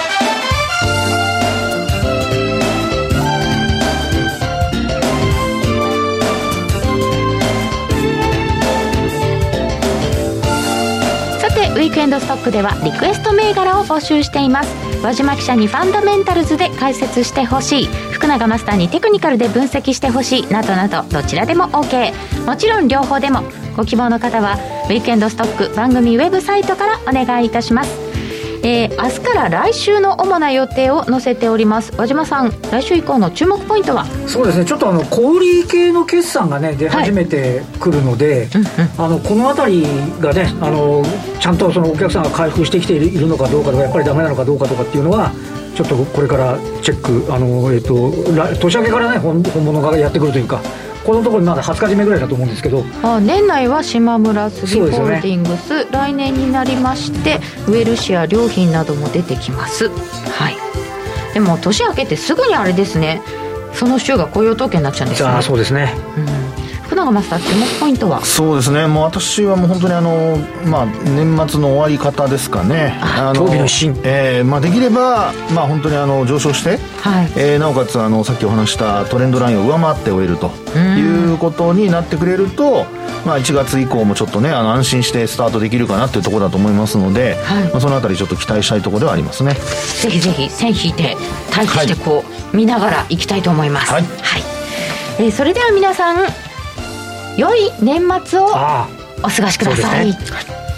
S4: ウィークエンドストックではリクエスト銘柄を募集しています。和島記者にファンダメンタルズで解説してほしい、福永マスターにテクニカルで分析してほしいなどなど、どちらでも OK。 もちろん両方でも。ご希望の方はウィークエンドストック番組ウェブサイトからお願いいたします。明日から来週の主な予定を載せております。和島さん、来週以降の注目ポイントは？
S2: そうですね、ちょっと小売系の決算がね出始めてくるので、このあたりがねちゃんとそのお客さんが回復してきているのかどうかとか、やっぱりダメなのかどうかとかっていうのはちょっとこれからチェック、年明けからね本物がやってくるというか、このところまだ20日締めぐらいだと思うんですけど、
S4: 年内は島村杉ホールディングス、来年になりましてウェルシア良品なども出てきます。はい。でも年明けてすぐにあれですね、その週が雇用統計になっちゃうんですね。
S2: そうですね。
S4: 福永マスター、注目ポイントは？
S3: そうですね、もう私はもう本当に年末の終わり方ですかね。
S2: 当日の一新、
S3: できれば本当に上昇して、なおかつさっきお話したトレンドラインを上回って終えるということになってくれると、1月以降もちょっとね安心してスタートできるかなというところだと思いますので、そのあたりちょっと期待したいところではありますね。
S4: ぜひぜひ線引いて待機して見ながらいきたいと思います。それでは皆さん、 良い年末をお過ごしください。